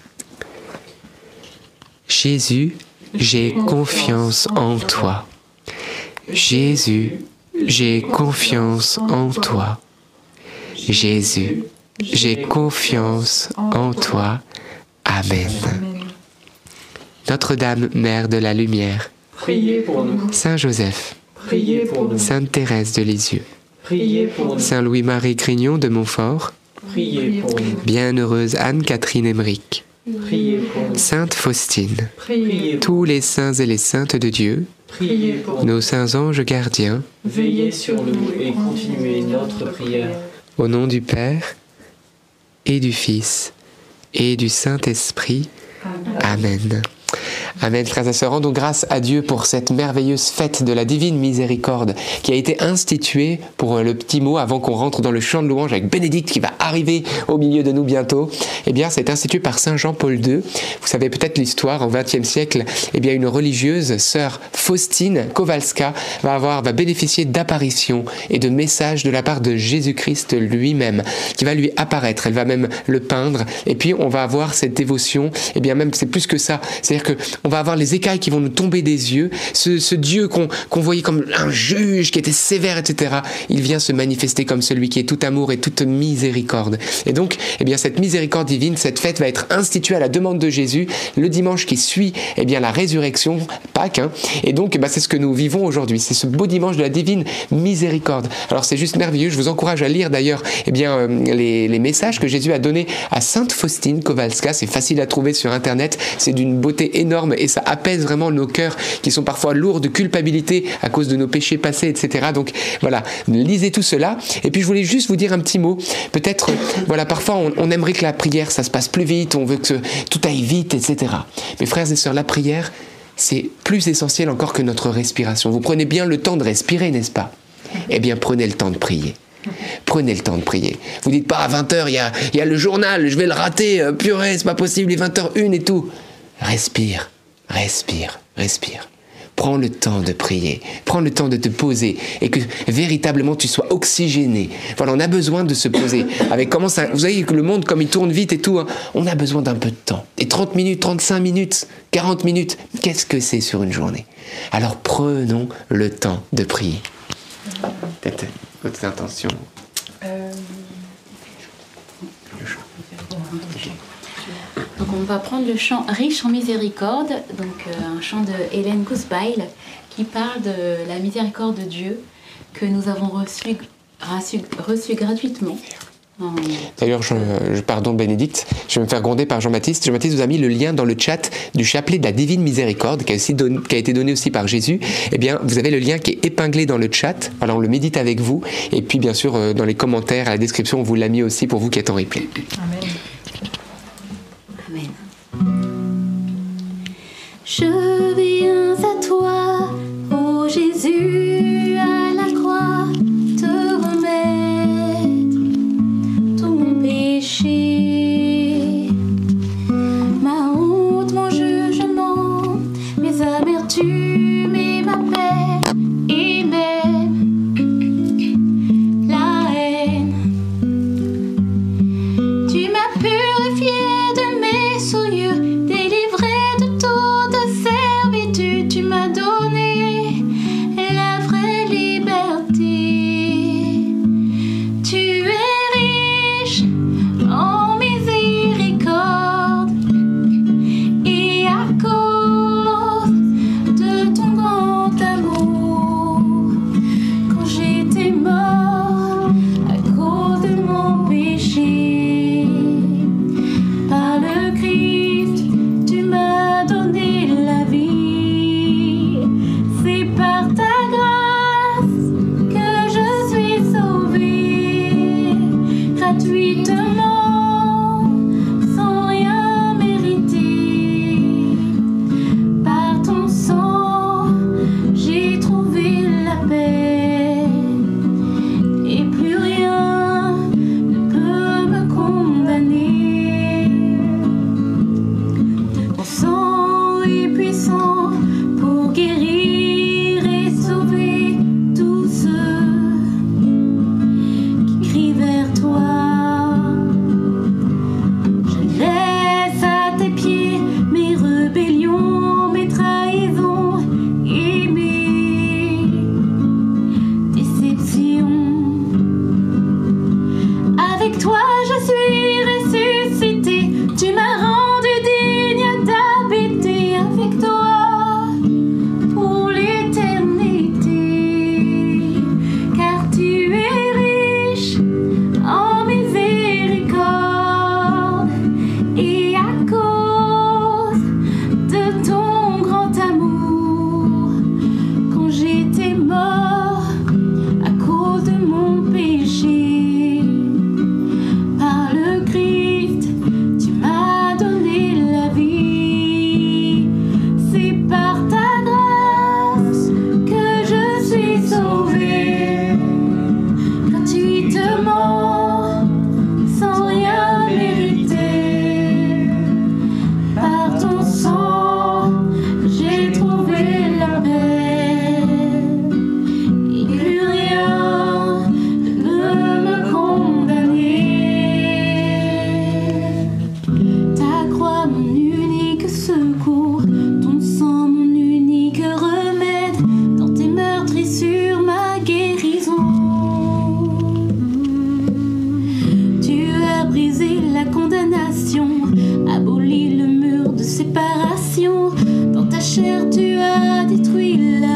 Jésus, j'ai confiance en toi. Jésus, j'ai confiance en toi. Jésus, j'ai confiance en toi. Amen. Notre-Dame, Mère de la Lumière, Priez pour nous. Saint Joseph, Priez pour nous. Sainte Thérèse de Lisieux, Priez pour nous. Saint Louis-Marie Grignon de Montfort, Priez pour nous. Bienheureuse Anne-Catherine Emmerich, Priez pour nous. Sainte Faustine, Priez pour tous les saints et les saintes de Dieu, Priez pour nous. nos saints anges gardiens, Veillez sur nous et continuez notre prière. au nom du Père et du Fils et du Saint-Esprit. Amen. Amen, frères et sœurs. Rendons grâce à Dieu pour cette merveilleuse fête de la divine miséricorde qui a été instituée, pour le petit mot avant qu'on rentre dans le chant de louange avec Bénédicte qui va arriver au milieu de nous bientôt. Eh bien, c'est institué par Saint Jean-Paul deux. Vous savez peut-être l'histoire, au vingtième siècle, eh bien, une religieuse, sœur Faustine Kowalska, va avoir, va bénéficier d'apparitions et de messages de la part de Jésus-Christ lui-même, qui va lui apparaître. Elle va même le peindre. Et puis, on va avoir cette dévotion. Eh bien, même, c'est plus que ça. C'est-à-dire que on va avoir les écailles qui vont nous tomber des yeux. Ce, ce Dieu qu'on qu'on voyait comme un juge qui était sévère, et cetera, il vient se manifester comme celui qui est tout amour et toute miséricorde. Et donc, eh bien, cette miséricorde divine, cette fête va être instituée à la demande de Jésus le dimanche qui suit, eh bien, la résurrection, Pâques. Hein. Et donc, bah, c'est ce que nous vivons aujourd'hui. C'est ce beau dimanche de la divine miséricorde. Alors, c'est juste merveilleux. Je vous encourage à lire d'ailleurs, eh bien, euh, les, les messages que Jésus a donnés à Sainte Faustine Kowalska. C'est facile à trouver sur Internet. C'est d'une beauté énorme. calme et ça apaise vraiment nos cœurs qui sont parfois lourds de culpabilité à cause de nos péchés passés, et cetera. Donc voilà, lisez tout cela. Et puis je voulais juste vous dire un petit mot. Peut-être, voilà, parfois on, on aimerait que la prière, ça se passe plus vite, on veut que tout aille vite, et cetera. Mais frères et sœurs, la prière, c'est plus essentiel encore que notre respiration. Vous prenez bien le temps de respirer, n'est-ce pas? Eh bien, prenez le temps de prier. Prenez le temps de prier. Vous dites pas à vingt heures, il y a, y a le journal, je vais le rater, euh, purée, c'est pas possible, il est vingt heures une et tout. Respire, respire, respire. Prends le temps de prier, prends le temps de te poser et que véritablement tu sois oxygéné. Voilà, on a besoin de se poser. Avec comment ça, vous voyez que le monde, comme il tourne vite et tout, hein, on a besoin d'un peu de temps. Et trente minutes, trente-cinq minutes, quarante minutes, qu'est-ce que c'est sur une journée? Alors prenons le temps de prier. Peut-être votre intention. Euh... Donc on va prendre le chant Riche en miséricorde, donc euh, un chant de Hélène Gousbail qui parle de la miséricorde de Dieu que nous avons reçu, reçu, reçu gratuitement. En... D'ailleurs, je, je, pardon Bénédicte, je vais me faire gronder par Jean-Baptiste. Jean-Baptiste vous a mis le lien dans le chat du chapelet de la Divine Miséricorde qui a, aussi don, qui a été donné aussi par Jésus. Eh bien, vous avez le lien qui est épinglé dans le chat. Alors, on le médite avec vous. Et puis, bien sûr, euh, dans les commentaires, à la description, on vous l'a mis aussi pour vous qui êtes en replay. Amen. Amen. Je viens à toi, ô Jésus, à la croix, te remettre tout mon péché, ma honte, mon jugement, mes amertumes et ma peine, et même la haine. Tu m'as purifié de mes souillures, délivré de toute servitude, tu m'as donné la vraie liberté. Tu es riche en miséricorde, et à cause de ton grand amour, quand j'étais mort à cause de mon péché, par le Christ, tu m'as donné la vie. C'est par ta grâce que je suis sauvée, gratuitement, sans rien mériter. Par ton sang, j'ai trouvé la paix, et plus rien ne peut me condamner. Ton sang est puissant pour guérir et sauver tous ceux qui crient vers toi. Je laisse à tes pieds mes rébellions, mes trahisons et mes déceptions. Avec toi je suis ressuscité, tu m'as rendu digne d'habiter avec toi pour l'éternité, car tu es riche en miséricorde, et à cause de ton grand amour, quand j'étais mort à cause de mon péché, par le Christ, tu m'as donné la vie. C'est par ta grâce que je suis sauvée, gratuitement, sans rien mériter. Par ton sang, j'ai trouvé la paix, et plus rien ne peut me condamner. Ta croix, mon unique secours, ton sang, mon unique remède, dans tes meurtrissures, ma guérison. Tu as brisé la condamnation, aboli le mur de séparation, dans ta chair tu as détruit la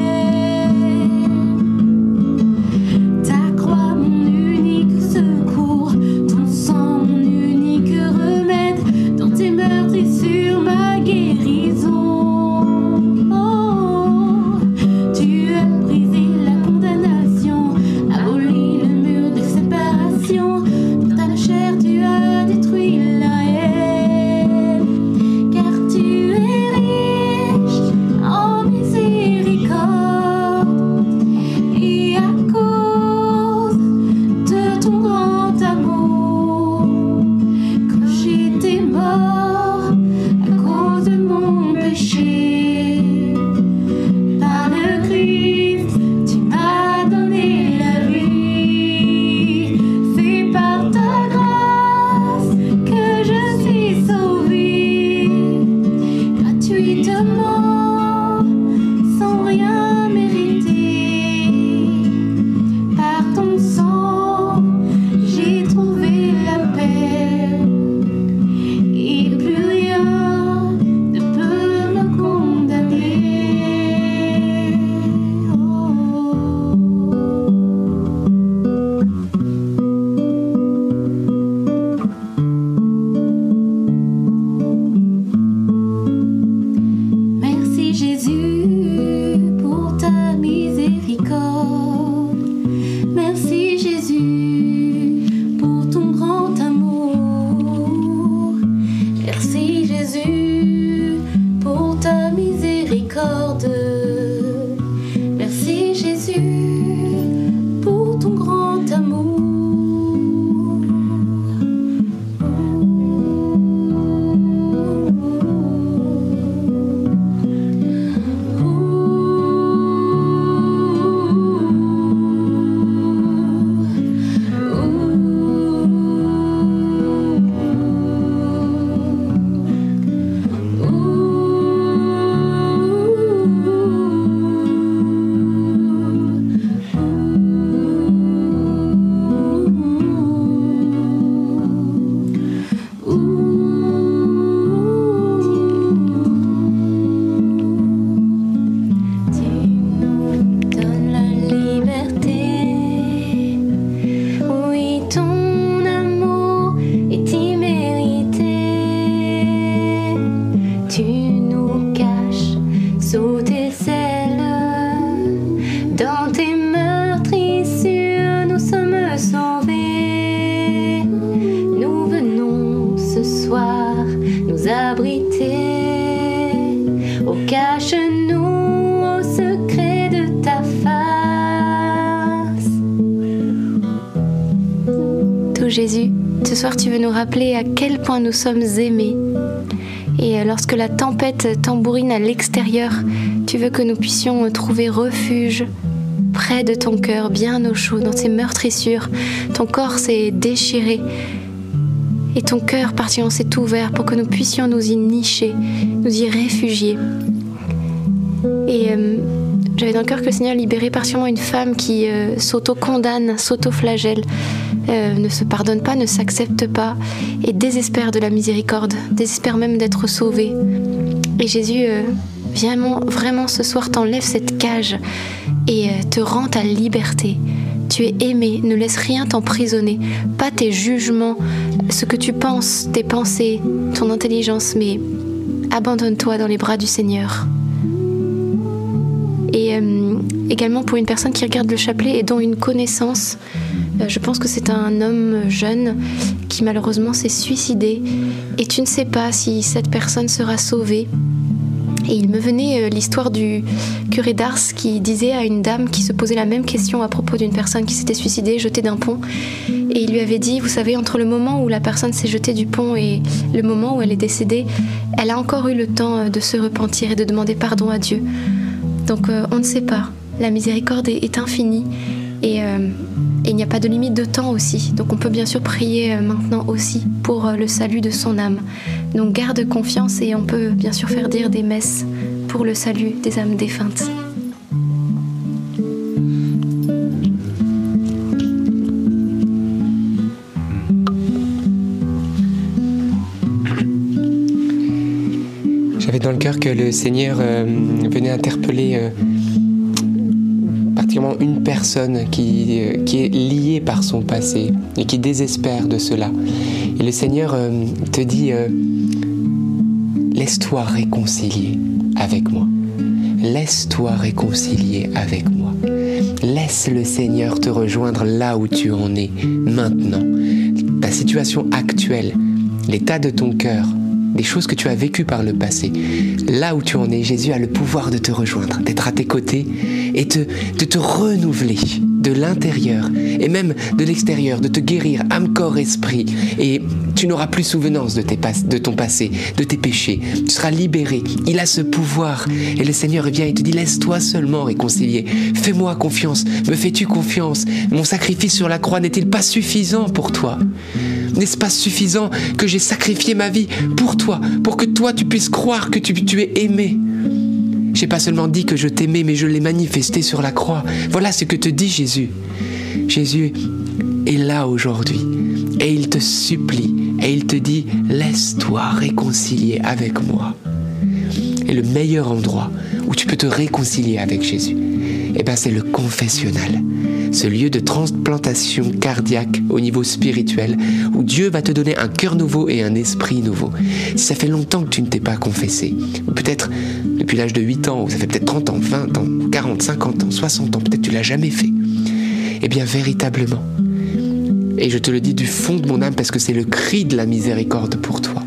haine. Ta croix, mon unique secours, ton sang, mon unique remède, dans tes meurtrissures, ma guérison. nous, Jésus. Ce soir, tu veux nous rappeler à quel point nous sommes aimés. Et lorsque la tempête tambourine à l'extérieur, tu veux que nous puissions trouver refuge près de ton cœur, bien au chaud, dans ces meurtrissures. Ton corps s'est déchiré et ton cœur particulièrement s'est ouvert pour que nous puissions nous y nicher, nous y réfugier. Et euh, j'avais dans le cœur que le Seigneur libérait particulièrement une femme qui euh, s'auto-condamne, s'auto-flagelle, euh, ne se pardonne pas, ne s'accepte pas et désespère de la miséricorde, désespère même d'être sauvée. Et Jésus, euh, vraiment, vraiment ce soir, t'enlève cette cage et euh, te rend ta liberté. Tu es aimé, ne laisse rien t'emprisonner, pas tes jugements, ce que tu penses, tes pensées, ton intelligence, mais abandonne-toi dans les bras du Seigneur. Et euh, également pour une personne qui regarde le chapelet et dont une connaissance, euh, je pense que c'est un homme jeune qui malheureusement s'est suicidé et tu ne sais pas si cette personne sera sauvée. Et il me venait euh, l'histoire du curé d'Ars qui disait à une dame qui se posait la même question à propos d'une personne qui s'était suicidée, jetée d'un pont. Et il lui avait dit, vous savez, entre le moment où la personne s'est jetée du pont et le moment où elle est décédée, elle a encore eu le temps de se repentir et de demander pardon à Dieu. Donc euh, on ne sait pas, la miséricorde est, est infinie et, euh, et il n'y a pas de limite de temps aussi. Donc on peut bien sûr prier euh, maintenant aussi pour euh, le salut de son âme. Donc garde confiance et on peut bien sûr faire dire des messes pour le salut des âmes défuntes. J'avais dans le cœur que le Seigneur euh, venait interpeller euh, particulièrement une personne qui, euh, qui est liée par son passé et qui désespère de cela. Et le Seigneur euh, te dit euh, « Laisse-toi réconcilier avec moi. Laisse-toi réconcilier avec moi. Laisse le Seigneur te rejoindre là où tu en es maintenant. Ta situation actuelle, l'état de ton cœur, des choses que tu as vécues par le passé. Là où tu en es, Jésus a le pouvoir de te rejoindre, d'être à tes côtés et te, de te renouveler de l'intérieur et même de l'extérieur, de te guérir âme, corps, esprit. Et tu n'auras plus souvenance de, tes pas, de ton passé, de tes péchés. Tu seras libéré. Il a ce pouvoir. Et le Seigneur vient et te dit, laisse-toi seulement réconcilier. Fais-moi confiance. Me fais-tu confiance? Mon sacrifice sur la croix n'est-il pas suffisant pour toi? N'est-ce pas suffisant que j'ai sacrifié ma vie pour toi, pour que toi tu puisses croire que tu, tu es aimé? J'ai pas seulement dit que je t'aimais, mais je l'ai manifesté sur la croix. Voilà ce que te dit Jésus. Jésus est là aujourd'hui et il te supplie et il te dit « Laisse-toi réconcilier avec moi ». Et le meilleur endroit où tu peux te réconcilier avec Jésus, eh ben c'est le confessionnal. Ce lieu de transplantation cardiaque au niveau spirituel où Dieu va te donner un cœur nouveau et un esprit nouveau. Si ça fait longtemps que tu ne t'es pas confessé, ou peut-être depuis l'âge de huit ans, ou ça fait peut-être trente ans, vingt ans, quarante, cinquante ans, soixante ans, peut-être tu l'as jamais fait, eh bien véritablement, et je te le dis du fond de mon âme parce que c'est le cri de la miséricorde pour toi,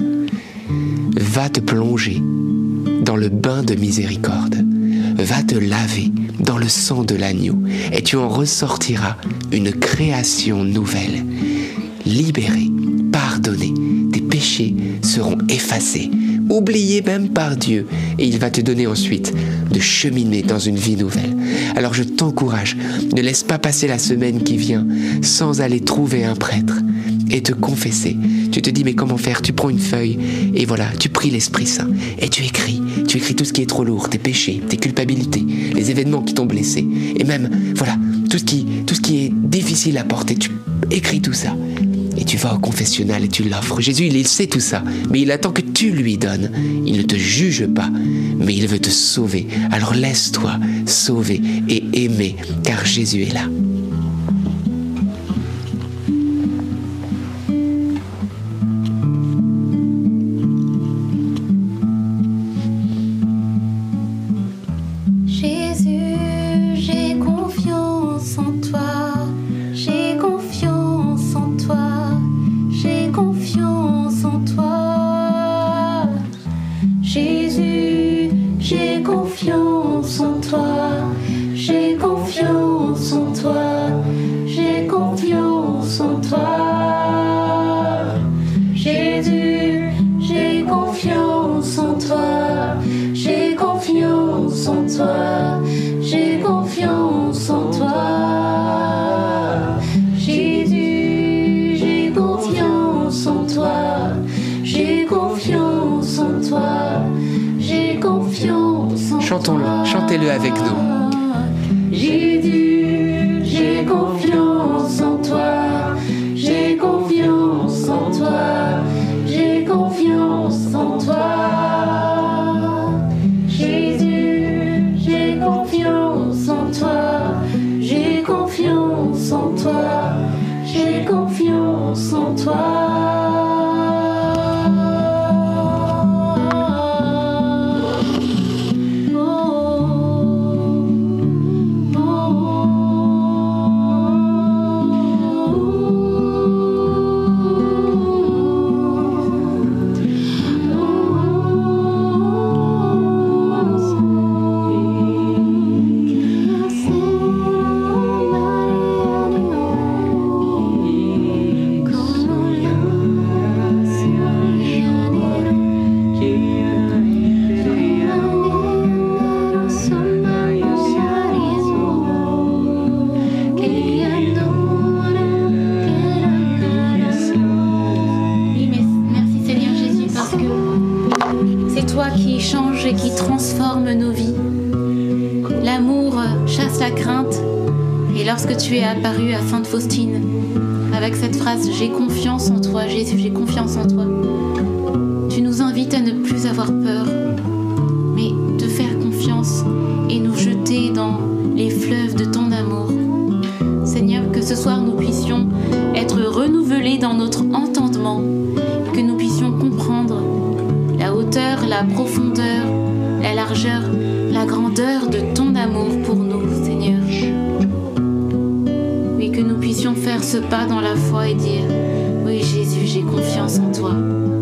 va te plonger dans le bain de miséricorde, va te laver dans le sang de l'agneau et tu en ressortiras une création nouvelle, libérée, pardonnée, tes péchés seront effacés, oubliés même par Dieu et il va te donner ensuite de cheminer dans une vie nouvelle. Alors je t'encourage, ne laisse pas passer la semaine qui vient sans aller trouver un prêtre et te confesser. Tu te dis mais comment faire? Tu prends une feuille et voilà, tu pries l'Esprit Saint et tu écris. Tu écris tout ce qui est trop lourd, tes péchés, tes culpabilités, les événements qui t'ont blessé et même voilà, tout ce qui, tout ce qui est difficile à porter, tu écris tout ça. Et tu vas au confessionnal et tu l'offres. Jésus, il sait tout ça, mais il attend que tu lui donnes. Il ne te juge pas, mais il veut te sauver. Alors laisse-toi sauver et aimer, car Jésus est là. J'ai confiance en toi, j'ai confiance en toi. Chantons-le, chantez-le avec nous. Jésus, j'ai confiance en toi, j'ai confiance en toi, j'ai confiance en toi. Jésus, j'ai confiance en toi, j'ai confiance en toi, j'ai confiance en toi. Et qui transforme nos vies. L'amour chasse la crainte. Et lorsque tu es apparu à Sainte Faustine, avec cette phrase « J'ai confiance en toi, Jésus, j'ai confiance en toi », tu nous invites à ne plus avoir peur, mais de faire confiance et nous jeter dans les fleuves de ton amour. Seigneur, que ce soir nous puissions être renouvelés dans notre entendement, que nous puissions comprendre la hauteur, la profondeur, la largeur, la grandeur de ton amour pour nous, Seigneur. Oui, que nous puissions faire ce pas dans la foi et dire « Oui, Jésus, j'ai confiance en toi ».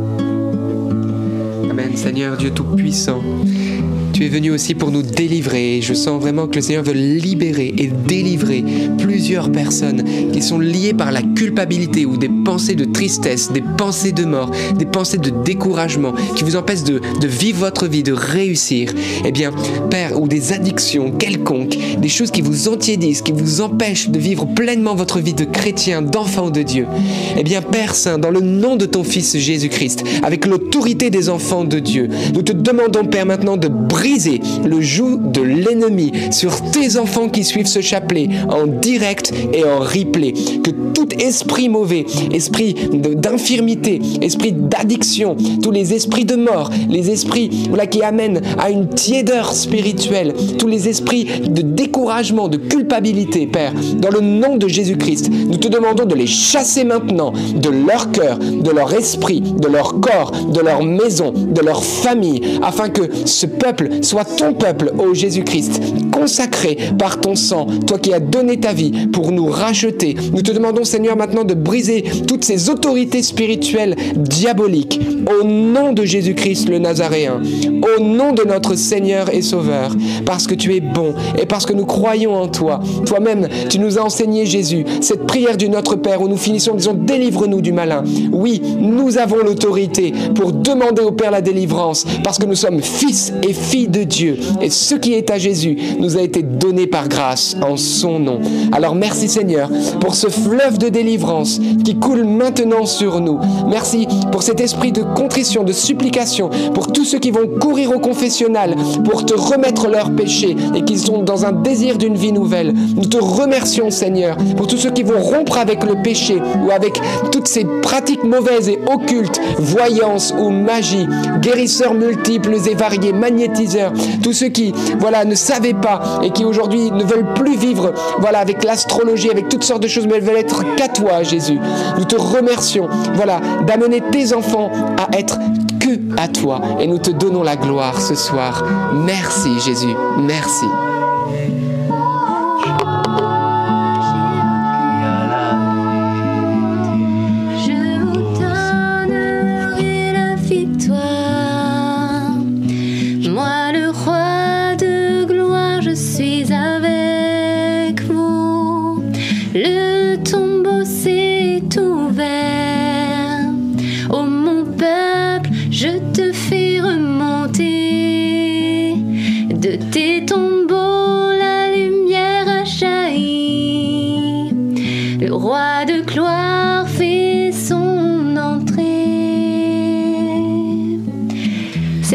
Amen, Seigneur Dieu Tout-Puissant. Tu es venu aussi pour nous délivrer et je sens vraiment que le Seigneur veut libérer et délivrer plusieurs personnes qui sont liées par la culpabilité ou des pensées de tristesse, des pensées de mort, des pensées de découragement qui vous empêchent de, de vivre votre vie, de réussir. Eh bien, Père, ou des addictions quelconques, des choses qui vous entiédissent, qui vous empêchent de vivre pleinement votre vie de chrétien, d'enfant de Dieu. Eh bien, Père Saint, dans le nom de ton Fils Jésus-Christ, avec l'autorité des enfants de Dieu, nous te demandons, Père, maintenant de briser le joug de l'ennemi sur tes enfants qui suivent ce chapelet en direct et en replay. Que tout esprit mauvais, esprit d'infirmité, esprit d'addiction, tous les esprits de mort, les esprits voilà, qui amènent à une tiédeur spirituelle, tous les esprits de découragement, de culpabilité, Père, dans le nom de Jésus-Christ, nous te demandons de les chasser maintenant de leur cœur, de leur esprit, de leur corps, de leur maison, de leur famille, afin que ce peuple soit ton peuple, ô Jésus-Christ, consacré par ton sang, toi qui as donné ta vie pour nous racheter. Nous te demandons, Seigneur, maintenant de briser toutes ces autorités spirituelles diaboliques, au nom de Jésus-Christ le Nazaréen, au nom de notre Seigneur et Sauveur, parce que tu es bon et parce que nous croyons en toi. Toi-même, tu nous as enseigné, Jésus, cette prière du Notre Père où nous finissons en disant « Délivre-nous du malin ». Oui, nous avons l'autorité pour demander au Père la délivrance, parce que nous sommes fils et filles de Dieu. Et ce qui est à Jésus nous a été donné par grâce en son nom. Alors merci Seigneur pour ce fleuve de délivrance qui coule maintenant sur nous. Merci pour cet esprit de contrition, de supplication, pour tous ceux qui vont courir au confessionnal pour te remettre leurs péchés et qui sont dans un désir d'une vie nouvelle. Nous te remercions Seigneur pour tous ceux qui vont rompre avec le péché ou avec toutes ces pratiques mauvaises et occultes, voyance ou magie, guérisseurs multiples et variés, magnétiseurs, tous ceux qui voilà, ne savaient pas et qui aujourd'hui ne veulent plus vivre voilà, avec l'astrologie, avec toutes sortes de choses, mais elles veulent être qu'à toi, Jésus. Nous te remercions voilà, d'amener tes enfants à être que à toi et nous te donnons la gloire ce soir. Merci Jésus, merci.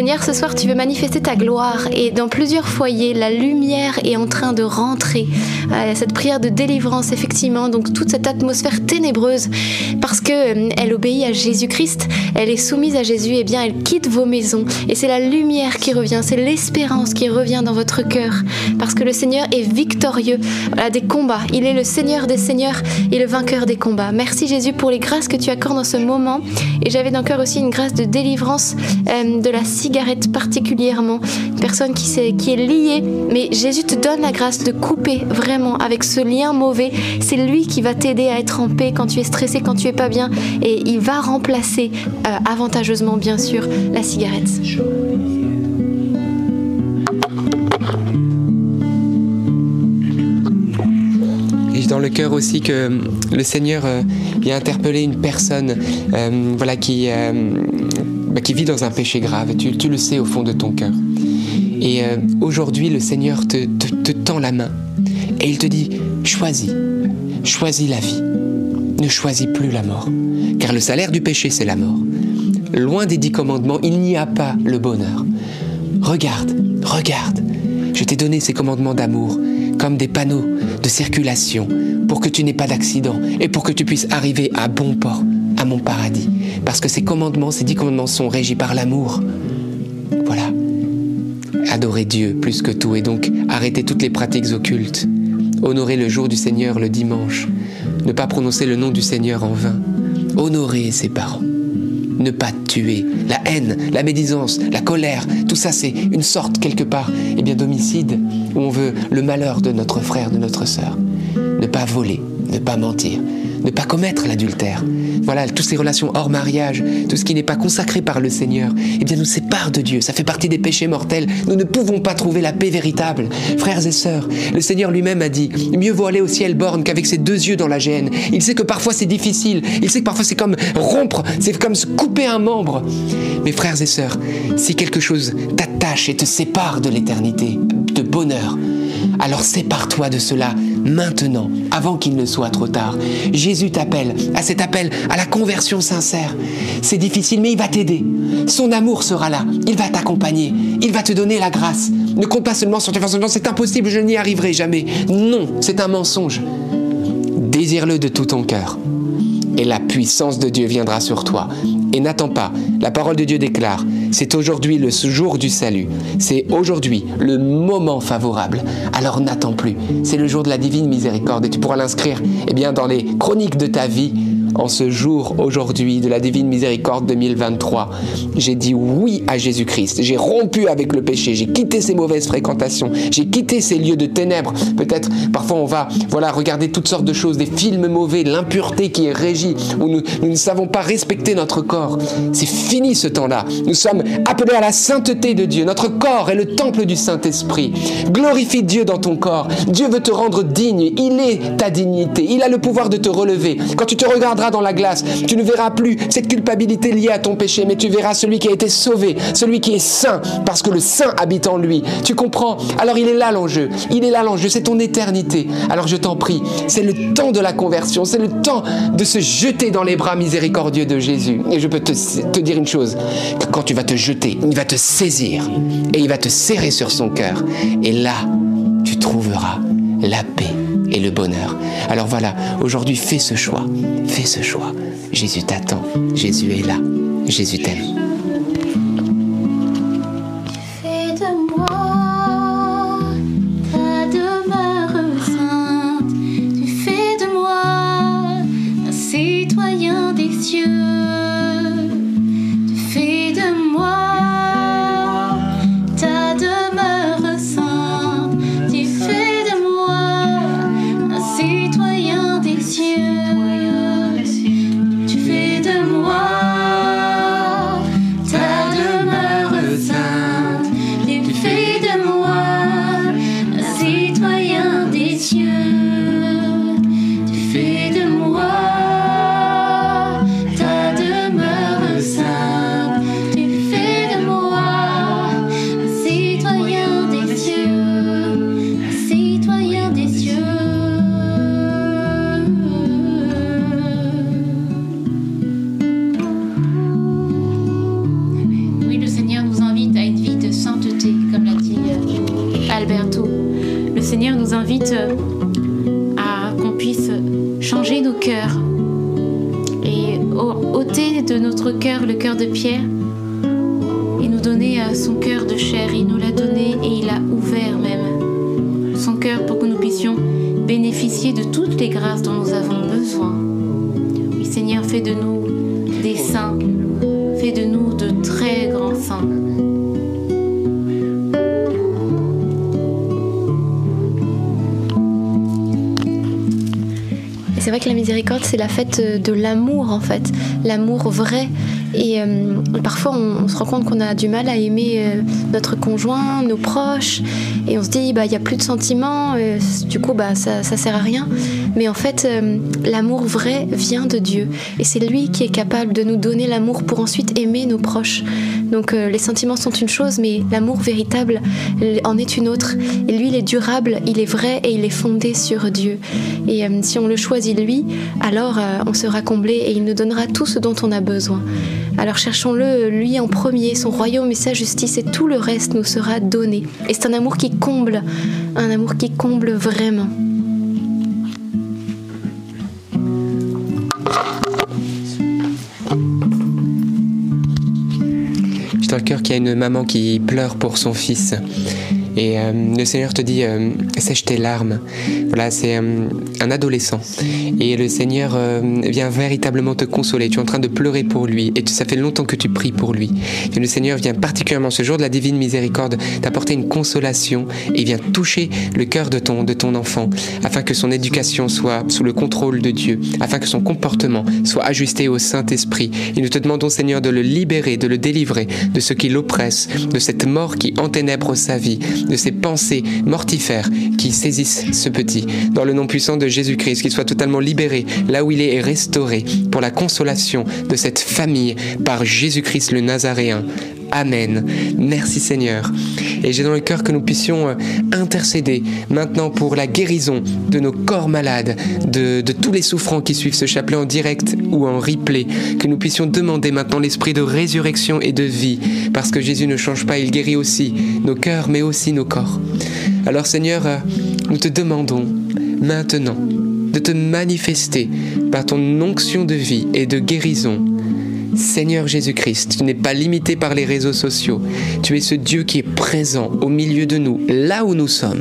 Seigneur, ce soir, tu veux manifester ta gloire et dans plusieurs foyers, la lumière est en train de rentrer. Euh, cette prière de délivrance, effectivement, donc toute cette atmosphère ténébreuse, parce qu'elle euh, obéit à Jésus-Christ, elle est soumise à Jésus, et eh bien elle quitte vos maisons et c'est la lumière qui revient, c'est l'espérance qui revient dans votre cœur, parce que le Seigneur est victorieux voilà, des combats. Il est le Seigneur des seigneurs et le vainqueur des combats. Merci Jésus pour les grâces que tu accordes dans ce moment. Et j'avais dans le cœur aussi une grâce de délivrance euh, de la cigarette particulièrement, une personne qui, s'est, qui est liée, mais Jésus te donne la grâce de couper vraiment avec ce lien mauvais. C'est lui qui va t'aider à être en paix quand tu es stressé, quand tu es pas bien, et il va remplacer euh, avantageusement bien sûr la cigarette. Et dans le cœur aussi que le Seigneur euh, vient interpeller une personne euh, voilà, qui, euh, bah, qui vit dans un péché grave. Tu, tu le sais au fond de ton cœur. Et euh, aujourd'hui, le Seigneur te, te, te tend la main et il te dit « Choisis, choisis la vie, ne choisis plus la mort. Car le salaire du péché, c'est la mort. Loin des dix commandements, il n'y a pas le bonheur. Regarde, regarde, je t'ai donné ces commandements d'amour comme des panneaux de circulation pour que tu n'aies pas d'accident et pour que tu puisses arriver à bon port, à mon paradis. Parce que ces commandements, ces dix commandements sont régis par l'amour. Voilà. Adorer Dieu plus que tout et donc arrêter toutes les pratiques occultes. Honorer le jour du Seigneur le dimanche. Ne pas prononcer le nom du Seigneur en vain. Honorer ses parents. Ne pas tuer. La haine, la médisance, la colère, tout ça c'est une sorte quelque part eh bien, d'homicide où on veut le malheur de notre frère, de notre sœur. Ne pas voler, ne pas mentir, ne pas commettre l'adultère. Voilà, toutes ces relations hors mariage, tout ce qui n'est pas consacré par le Seigneur, eh bien nous sépare de Dieu. Ça fait partie des péchés mortels. Nous ne pouvons pas trouver la paix véritable. Frères et sœurs, le Seigneur lui-même a dit « Mieux vaut aller au ciel borne qu'avec ses deux yeux dans la géhenne ». Il sait que parfois c'est difficile. Il sait que parfois c'est comme rompre, c'est comme se couper un membre. Mais frères et sœurs, si quelque chose t'attache et te sépare de l'éternité, de bonheur, alors sépare-toi de cela maintenant, avant qu'il ne soit trop tard. Jésus t'appelle à cet appel à la conversion sincère. C'est difficile, mais il va t'aider. Son amour sera là. Il va t'accompagner. Il va te donner la grâce. Ne compte pas seulement sur tes forces. Non, c'est impossible, je n'y arriverai jamais. Non, c'est un mensonge. Désire-le de tout ton cœur. Et la puissance de Dieu viendra sur toi. Et n'attends pas. La parole de Dieu déclare, c'est aujourd'hui le jour du salut. C'est aujourd'hui le moment favorable. Alors n'attends plus. C'est le jour de la divine miséricorde et tu pourras l'inscrire eh bien, dans les chroniques de ta vie. En ce jour, aujourd'hui, de la divine miséricorde deux mille vingt-trois, j'ai dit oui à Jésus-Christ. J'ai rompu avec le péché. J'ai quitté ces mauvaises fréquentations. J'ai quitté ces lieux de ténèbres. Peut-être, parfois, on va voilà, regarder toutes sortes de choses, des films mauvais, l'impureté qui est régie, où nous, nous ne savons pas respecter notre corps. C'est fini ce temps-là. Nous sommes appelés à la sainteté de Dieu. Notre corps est le temple du Saint-Esprit. Glorifie Dieu dans ton corps. Dieu veut te rendre digne. Il est ta dignité. Il a le pouvoir de te relever. Quand tu te regarderas dans la glace, tu ne verras plus cette culpabilité liée à ton péché, mais tu verras celui qui a été sauvé, celui qui est saint, parce que le saint habite en lui. Tu comprends? Alors il est là l'enjeu. Il est là l'enjeu. C'est ton éternité. Alors je t'en prie, c'est le temps de la conversion. C'est le temps de se jeter dans les bras miséricordieux de Jésus. Et je peux te, te dire une chose, que quand tu vas te jeter, il va te saisir et il va te serrer sur son cœur. Et là, tu trouveras la paix et le bonheur. Alors voilà, aujourd'hui, fais ce choix. Fais ce choix. Jésus t'attend. Jésus est là. Jésus t'aime. Fais de moi ta demeure sainte. Tu fais de moi un citoyen des cieux. Tu fais de moi ta demeure sainte. Tu fais de moi un citoyen des cieux. Tu fais de moi ta demeure sainte. Tu fais de moi un citoyen des cieux. Tu fais de moi ta demeure changer nos cœurs et ôter de notre cœur le cœur de pierre et nous donner son cœur de chair. Il nous l'a donné et il a ouvert même son cœur pour que nous puissions bénéficier de toutes les grâces dont nous avons besoin. Oui, Seigneur, fais de nous des saints, fais de nous de très grands saints. C'est vrai que la miséricorde, c'est la fête de l'amour, en fait, l'amour vrai. Et euh, parfois, on, on se rend compte qu'on a du mal à aimer euh, notre conjoint, nos proches, et on se dit, bah, il n'y a plus de sentiments, euh, du coup, bah, ça ne sert à rien. Mais en fait, euh, l'amour vrai vient de Dieu, et c'est lui qui est capable de nous donner l'amour pour ensuite aimer nos proches. Donc euh, les sentiments sont une chose, mais l'amour véritable en est une autre. Et lui, il est durable, il est vrai, et il est fondé sur Dieu. Et euh, si on le choisit lui, alors euh, on sera comblé, et il nous donnera tout ce dont on a besoin. Alors cherchons-le, lui en premier, son royaume et sa justice, et tout le reste nous sera donné. Et c'est un amour qui comble, un amour qui comble vraiment. J'ai dans le cœur qu'il y a une maman qui pleure pour son fils. Et euh, le Seigneur te dit, euh, sèche tes larmes. Voilà, c'est euh, un adolescent. Et le Seigneur euh, vient véritablement te consoler. Tu es en train de pleurer pour lui. Et ça fait longtemps que tu pries pour lui. Et le Seigneur vient particulièrement ce jour de la divine miséricorde t'apporter une consolation. Et il vient toucher le cœur de ton, de ton enfant. Afin que son éducation soit sous le contrôle de Dieu. Afin que son comportement soit ajusté au Saint-Esprit. Et nous te demandons, Seigneur, de le libérer, de le délivrer de ce qui l'oppresse, de cette mort qui enténèbre sa vie, de ces pensées mortifères qui saisissent ce petit. Dans le nom puissant de Jésus-Christ, qu'il soit totalement libéré là où il est et restauré pour la consolation de cette famille par Jésus-Christ le Nazaréen. Amen. Merci Seigneur. Et j'ai dans le cœur que nous puissions intercéder maintenant pour la guérison de nos corps malades, de, de tous les souffrants qui suivent ce chapelet en direct ou en replay, que nous puissions demander maintenant l'esprit de résurrection et de vie, parce que Jésus ne change pas, il guérit aussi nos cœurs mais aussi nos corps. Alors Seigneur, nous te demandons maintenant de te manifester par ton onction de vie et de guérison. Seigneur Jésus-Christ, tu n'es pas limité par les réseaux sociaux. Tu es ce Dieu qui est présent au milieu de nous, là où nous sommes.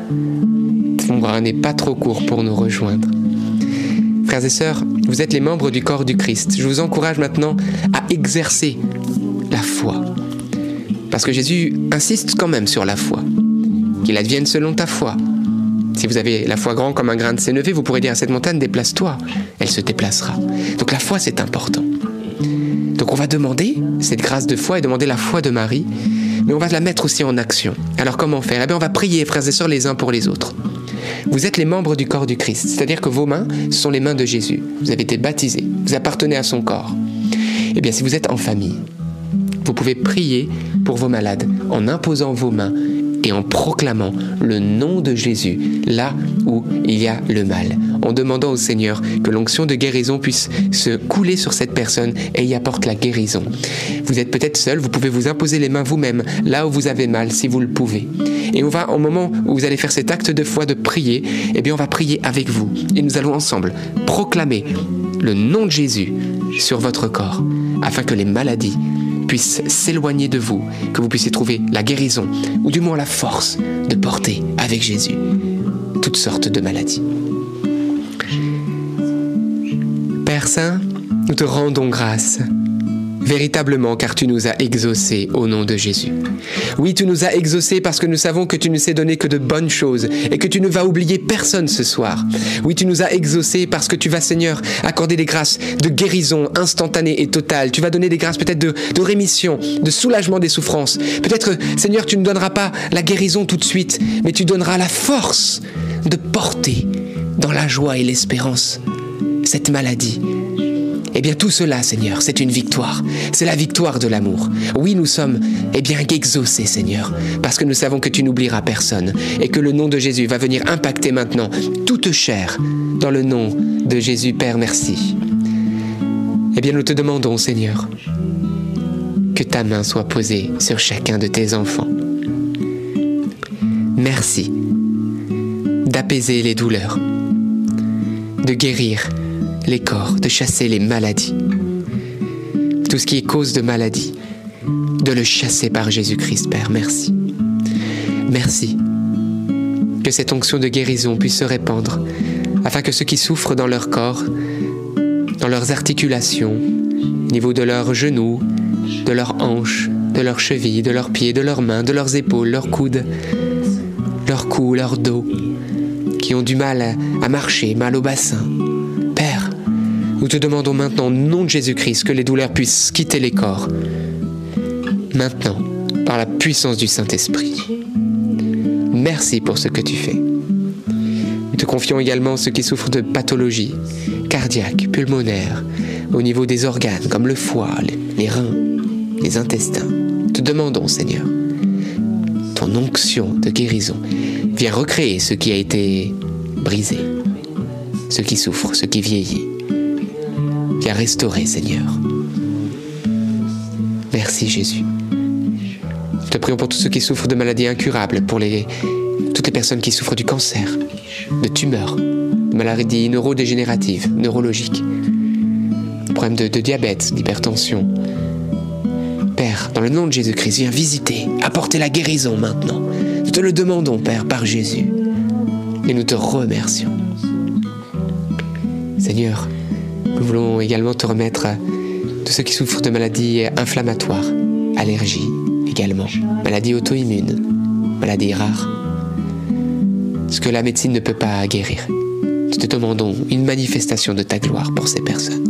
Ton bras n'est pas trop court pour nous rejoindre. Frères et sœurs, vous êtes les membres du corps du Christ. Je vous encourage maintenant à exercer la foi. Parce que Jésus insiste quand même sur la foi. Qu'il advienne selon ta foi. Si vous avez la foi grand comme un grain de sénévé, vous pourrez dire à cette montagne, déplace-toi. Elle se déplacera. Donc la foi, c'est important. Donc on va demander cette grâce de foi et demander la foi de Marie, mais on va la mettre aussi en action. Alors comment faire ? Eh bien on va prier, frères et sœurs, les uns pour les autres. Vous êtes les membres du corps du Christ, c'est-à-dire que vos mains, ce sont les mains de Jésus. Vous avez été baptisés, vous appartenez à son corps. Eh bien si vous êtes en famille, vous pouvez prier pour vos malades en imposant vos mains et en proclamant le nom de Jésus là où il y a le mal, en demandant au Seigneur que l'onction de guérison puisse se couler sur cette personne et y apporte la guérison. Vous êtes peut-être seul, vous pouvez vous imposer les mains vous-même là où vous avez mal, si vous le pouvez. Et on va, au moment où vous allez faire cet acte de foi, de prier, eh bien on va prier avec vous. Et nous allons ensemble proclamer le nom de Jésus sur votre corps, afin que les maladies puissent s'éloigner de vous, que vous puissiez trouver la guérison, ou du moins la force de porter avec Jésus toutes sortes de maladies. Père Saint, nous te rendons grâce, véritablement, car tu nous as exaucés au nom de Jésus. Oui, tu nous as exaucés parce que nous savons que tu ne sais donner que de bonnes choses et que tu ne vas oublier personne ce soir. Oui, tu nous as exaucés parce que tu vas, Seigneur, accorder des grâces de guérison instantanée et totale. Tu vas donner des grâces peut-être de, de rémission, de soulagement des souffrances. Peut-être, Seigneur, tu ne donneras pas la guérison tout de suite, mais tu donneras la force de porter dans la joie et l'espérance cette maladie. Eh bien tout cela, Seigneur, c'est une victoire. C'est la victoire de l'amour. Oui, nous sommes, eh bien, exaucés, Seigneur, parce que nous savons que tu n'oublieras personne et que le nom de Jésus va venir impacter maintenant toute chair. Dans le nom de Jésus, Père, merci. Eh bien, nous te demandons, Seigneur, que ta main soit posée sur chacun de tes enfants. Merci d'apaiser les douleurs, de guérir les corps, de chasser les maladies. Tout ce qui est cause de maladie, de le chasser par Jésus-Christ, Père. Merci. Merci. Que cette onction de guérison puisse se répandre, afin que ceux qui souffrent dans leur corps, dans leurs articulations, au niveau de leurs genoux, de leurs hanches, de leurs chevilles, de leurs pieds, de leurs mains, de leurs épaules, leurs coudes, leur cou, leur dos, qui ont du mal à, à marcher, mal au bassin. Père, nous te demandons maintenant, au nom de Jésus-Christ, que les douleurs puissent quitter les corps. Maintenant, par la puissance du Saint-Esprit. Merci pour ce que tu fais. Nous te confions également ceux qui souffrent de pathologies cardiaques, pulmonaires, au niveau des organes, comme le foie, les reins, les intestins. Nous te demandons, Seigneur, ton onction de guérison. Viens recréer ce qui a été brisé, ce qui souffre, ce qui vieillit. Viens restaurer, Seigneur. Merci, Jésus. Nous te prions pour tous ceux qui souffrent de maladies incurables, pour les, toutes les personnes qui souffrent du cancer, de tumeurs, de maladies neurodégénératives, neurologiques, problèmes de, de diabète, d'hypertension. Père, dans le nom de Jésus-Christ, viens visiter, apporter la guérison maintenant. Nous te le demandons, Père, par Jésus. Et nous te remercions. Seigneur, nous voulons également te remettre tous ceux qui souffrent de maladies inflammatoires, allergies également, maladies auto-immunes, maladies rares. Ce que la médecine ne peut pas guérir. Nous te demandons une manifestation de ta gloire pour ces personnes.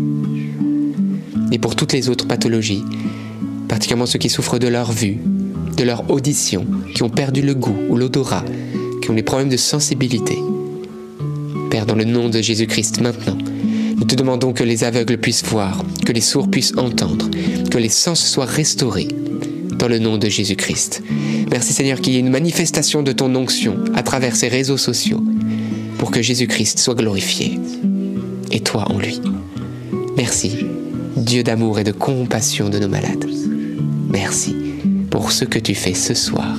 Et pour toutes les autres pathologies, particulièrement ceux qui souffrent de leur vue, de leur audition, qui ont perdu le goût ou l'odorat, qui ont des problèmes de sensibilité. Père, dans le nom de Jésus-Christ, maintenant, nous te demandons que les aveugles puissent voir, que les sourds puissent entendre, que les sens soient restaurés, dans le nom de Jésus-Christ. Merci Seigneur qu'il y ait une manifestation de ton onction à travers ces réseaux sociaux, pour que Jésus-Christ soit glorifié, et toi en lui. Merci, Dieu d'amour et de compassion de nos malades. Merci pour ce que tu fais ce soir.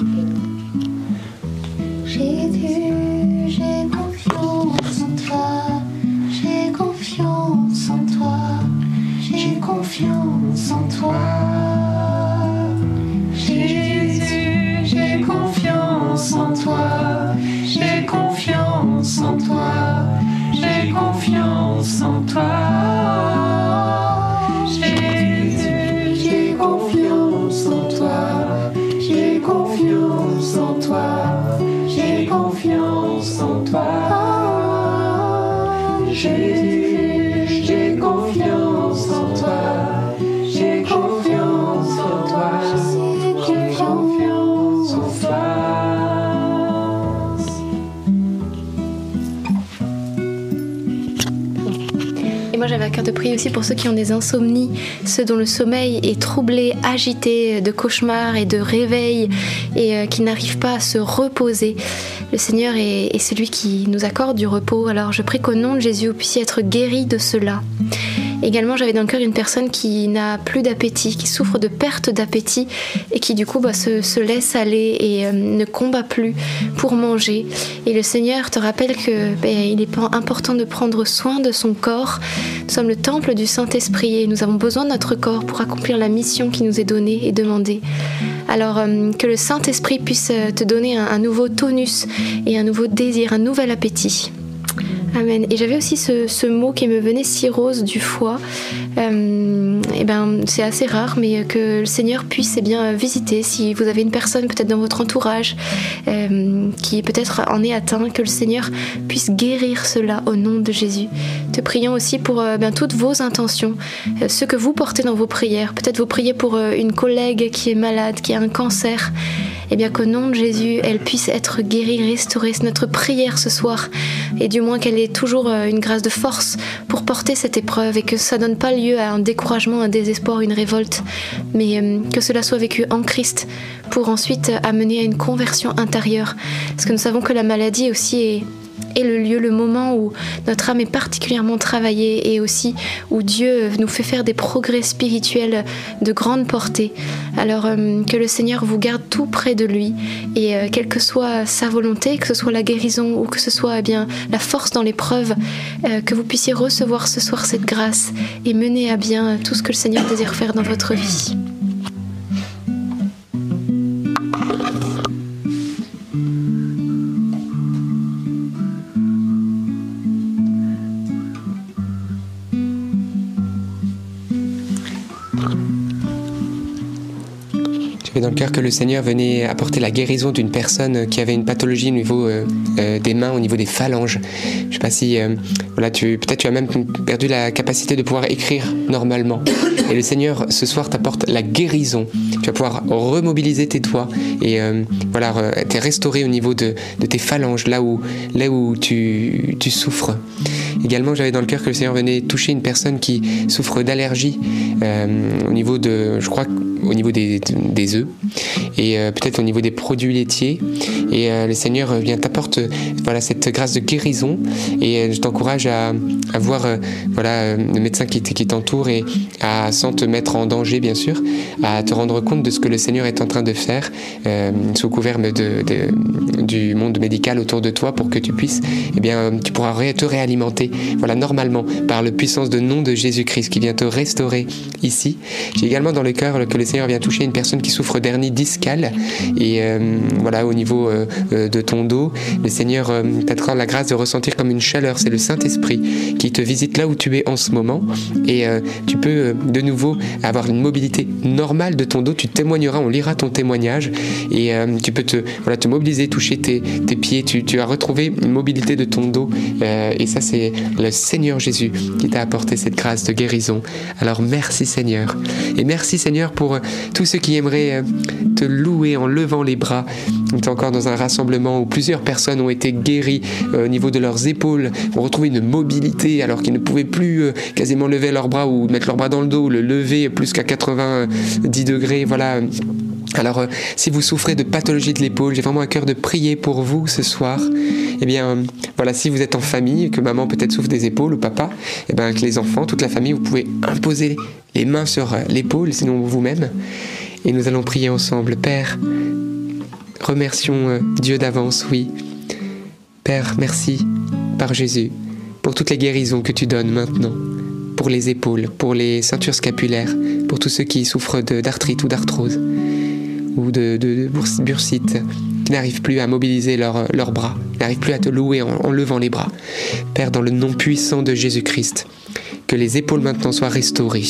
Jésus, j'ai confiance en toi, j'ai confiance en toi, j'ai confiance en toi. Jésus, j'ai confiance en toi, j'ai confiance en toi, j'ai confiance en toi. Jésus, j'ai confiance en toi, j'ai confiance en toi, j'ai confiance en toi. Jésus, j'ai confiance en toi, j'ai confiance en toi, j'ai confiance en toi. Moi, j'avais à cœur de prier aussi pour ceux qui ont des insomnies, ceux dont le sommeil est troublé, agité de cauchemars et de réveils et euh, qui n'arrivent pas à se reposer. Le Seigneur est, est celui qui nous accorde du repos. Alors, je prie qu'au nom de Jésus, vous puissiez être guéris de cela. Également, j'avais dans le cœur une personne qui n'a plus d'appétit, qui souffre de perte d'appétit et qui du coup bah, se, se laisse aller et euh, ne combat plus pour manger. Et le Seigneur te rappelle que bah, il est important de prendre soin de son corps. Nous sommes le temple du Saint-Esprit et nous avons besoin de notre corps pour accomplir la mission qui nous est donnée et demandée. Alors euh, que le Saint-Esprit puisse te donner un, un nouveau tonus et un nouveau désir, un nouvel appétit. Amen. Et j'avais aussi ce, ce mot qui me venait, cirrhose du foie. Euh, et ben, c'est assez rare, mais que le Seigneur puisse eh bien, visiter. Si vous avez une personne peut-être dans votre entourage euh, qui peut-être en est atteint, que le Seigneur puisse guérir cela au nom de Jésus. Te prions aussi pour euh, ben, toutes vos intentions, euh, ce que vous portez dans vos prières. Peut-être vous priez pour euh, une collègue qui est malade, qui a un cancer. Eh bien qu'au nom de Jésus, elle puisse être guérie, restaurée. C'est notre prière ce soir. Et du moins qu'elle ait toujours une grâce de force pour porter cette épreuve et que ça ne donne pas lieu à un découragement, un désespoir, une révolte, mais que cela soit vécu en Christ pour ensuite amener à une conversion intérieure. Parce que nous savons que la maladie aussi est est le lieu, le moment où notre âme est particulièrement travaillée et aussi où Dieu nous fait faire des progrès spirituels de grande portée. Alors euh, que le Seigneur vous garde tout près de lui et euh, quelle que soit sa volonté, que ce soit la guérison ou que ce soit eh bien, la force dans l'épreuve, euh, que vous puissiez recevoir ce soir cette grâce et mener à bien tout ce que le Seigneur désire faire dans votre vie. J'avais dans le cœur que le Seigneur venait apporter la guérison d'une personne qui avait une pathologie au niveau euh, euh, des mains, au niveau des phalanges. Je ne sais pas si, euh, voilà, tu, peut-être tu as même perdu la capacité de pouvoir écrire normalement. Et le Seigneur, ce soir, t'apporte la guérison. Tu vas pouvoir remobiliser tes doigts et euh, voilà, t'es restauré au niveau de, de tes phalanges, là où, là où tu, tu souffres. Également, j'avais dans le cœur que le Seigneur venait toucher une personne qui souffre d'allergie euh, au niveau de, je crois, au niveau des, des œufs et euh, peut-être au niveau des produits laitiers. Et euh, le Seigneur vient t'apporte euh, voilà, cette grâce de guérison et euh, je t'encourage à, à voir euh, voilà, le médecin qui, qui t'entoure et à, sans te mettre en danger bien sûr, à te rendre compte de ce que le Seigneur est en train de faire euh, sous couvert de, de, du monde médical autour de toi pour que tu puisses, eh bien, tu pourras ré- te réalimenter voilà, normalement par la puissance de nom de Jésus-Christ qui vient te restaurer ici. J'ai également dans le cœur que le Seigneur vient toucher une personne qui souffre d'hernie discale et euh, voilà, au niveau euh, de ton dos, le Seigneur euh, t'accorde la grâce de ressentir comme une chaleur. C'est le Saint-Esprit qui te visite là où tu es en ce moment et euh, tu peux euh, de nouveau avoir une mobilité normale de ton dos. Tu témoigneras, on lira ton témoignage et euh, tu peux te, voilà, te mobiliser, toucher tes, tes pieds. Tu, tu as retrouvé une mobilité de ton dos euh, et ça c'est le Seigneur Jésus qui t'a apporté cette grâce de guérison. Alors merci Seigneur et merci Seigneur pour euh, tous ceux qui aimeraient euh, te louer en levant les bras. On est encore dans un rassemblement où plusieurs personnes ont été guéries euh, au niveau de leurs épaules, ont retrouvé une mobilité alors qu'ils ne pouvaient plus euh, quasiment lever leurs bras ou mettre leurs bras dans le dos, ou le lever plus qu'à quatre-vingt-dix degrés, voilà. Alors euh, si vous souffrez de pathologie de l'épaule, j'ai vraiment à cœur de prier pour vous ce soir. Eh bien euh, voilà, si vous êtes en famille, que maman peut-être souffre des épaules ou papa, eh bien que les enfants, toute la famille, vous pouvez imposer les mains sur l'épaule, sinon vous-même. Et nous allons prier ensemble. Père, remercions euh, Dieu d'avance, oui. Père, merci par Jésus pour toutes les guérisons que tu donnes maintenant, pour les épaules, pour les ceintures scapulaires, pour tous ceux qui souffrent de, d'arthrite ou d'arthrose, ou de, de, de bursite, qui n'arrivent plus à mobiliser leurs leur bras, qui n'arrivent plus à te louer en, en levant les bras. Père, dans le nom puissant de Jésus-Christ, que les épaules maintenant soient restaurées,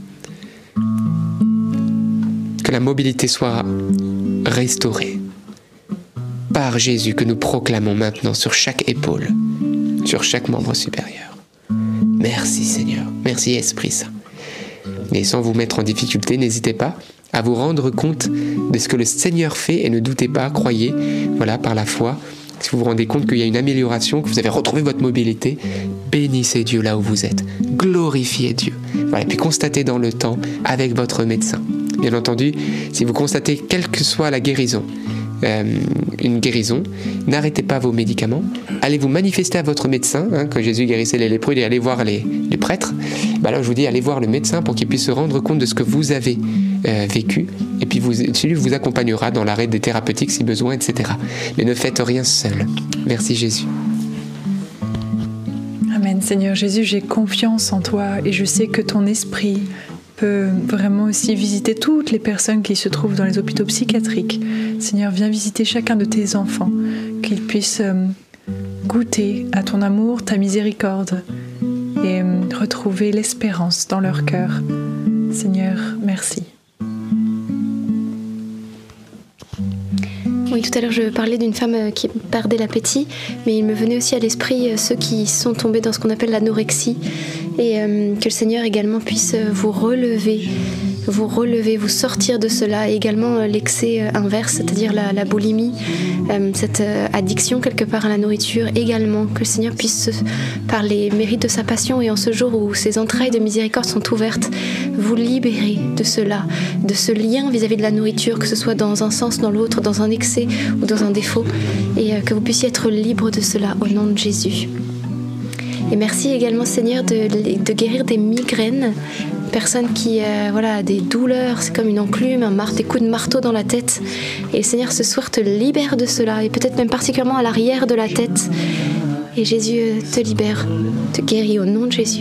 que la mobilité soit restaurée par Jésus que nous proclamons maintenant sur chaque épaule, sur chaque membre supérieur. Merci Seigneur, merci Esprit Saint. Et sans vous mettre en difficulté, n'hésitez pas à vous rendre compte de ce que le Seigneur fait et ne doutez pas, croyez, voilà, par la foi. Si vous vous rendez compte qu'il y a une amélioration, que vous avez retrouvé votre mobilité, bénissez Dieu là où vous êtes, glorifiez Dieu. Voilà, et puis constatez dans le temps avec votre médecin. Bien entendu, si vous constatez quelle que soit la guérison, euh, une guérison, n'arrêtez pas vos médicaments, allez vous manifester à votre médecin, hein, que Jésus guérissait les lépreux et allez voir les, les prêtres. Ben là, je vous dis, allez voir le médecin pour qu'il puisse se rendre compte de ce que vous avez euh, vécu, et puis vous, celui vous accompagnera dans l'arrêt des thérapeutiques si besoin, et cetera. Mais ne faites rien seul. Merci Jésus. Amen. Seigneur Jésus, j'ai confiance en toi et je sais que ton esprit peut vraiment aussi visiter toutes les personnes qui se trouvent dans les hôpitaux psychiatriques. Seigneur, viens visiter chacun de tes enfants, qu'ils puissent euh, goûter à ton amour, ta miséricorde et euh, retrouver l'espérance dans leur cœur. Seigneur, merci. Oui, tout à l'heure, je parlais d'une femme qui perdait l'appétit, mais il me venait aussi à l'esprit ceux qui sont tombés dans ce qu'on appelle l'anorexie, et euh, que le Seigneur également puisse vous relever, vous relever, vous sortir de cela. Et également euh, l'excès euh, inverse, c'est-à-dire la, la boulimie, euh, cette euh, addiction quelque part à la nourriture également. Que le Seigneur puisse, par les mérites de sa passion et en ce jour où ses entrailles de miséricorde sont ouvertes, vous libérer de cela, de ce lien vis-à-vis de la nourriture, que ce soit dans un sens, dans l'autre, dans un excès ou dans un défaut, et euh, que vous puissiez être libre de cela au nom de Jésus. Et merci également Seigneur de, de guérir des migraines, personnes qui euh, voilà, des douleurs, c'est comme une enclume, un mar- des coups de marteau dans la tête. Et Seigneur ce soir te libère de cela, et peut-être même particulièrement à l'arrière de la tête. Et Jésus te libère, te guérit au nom de Jésus.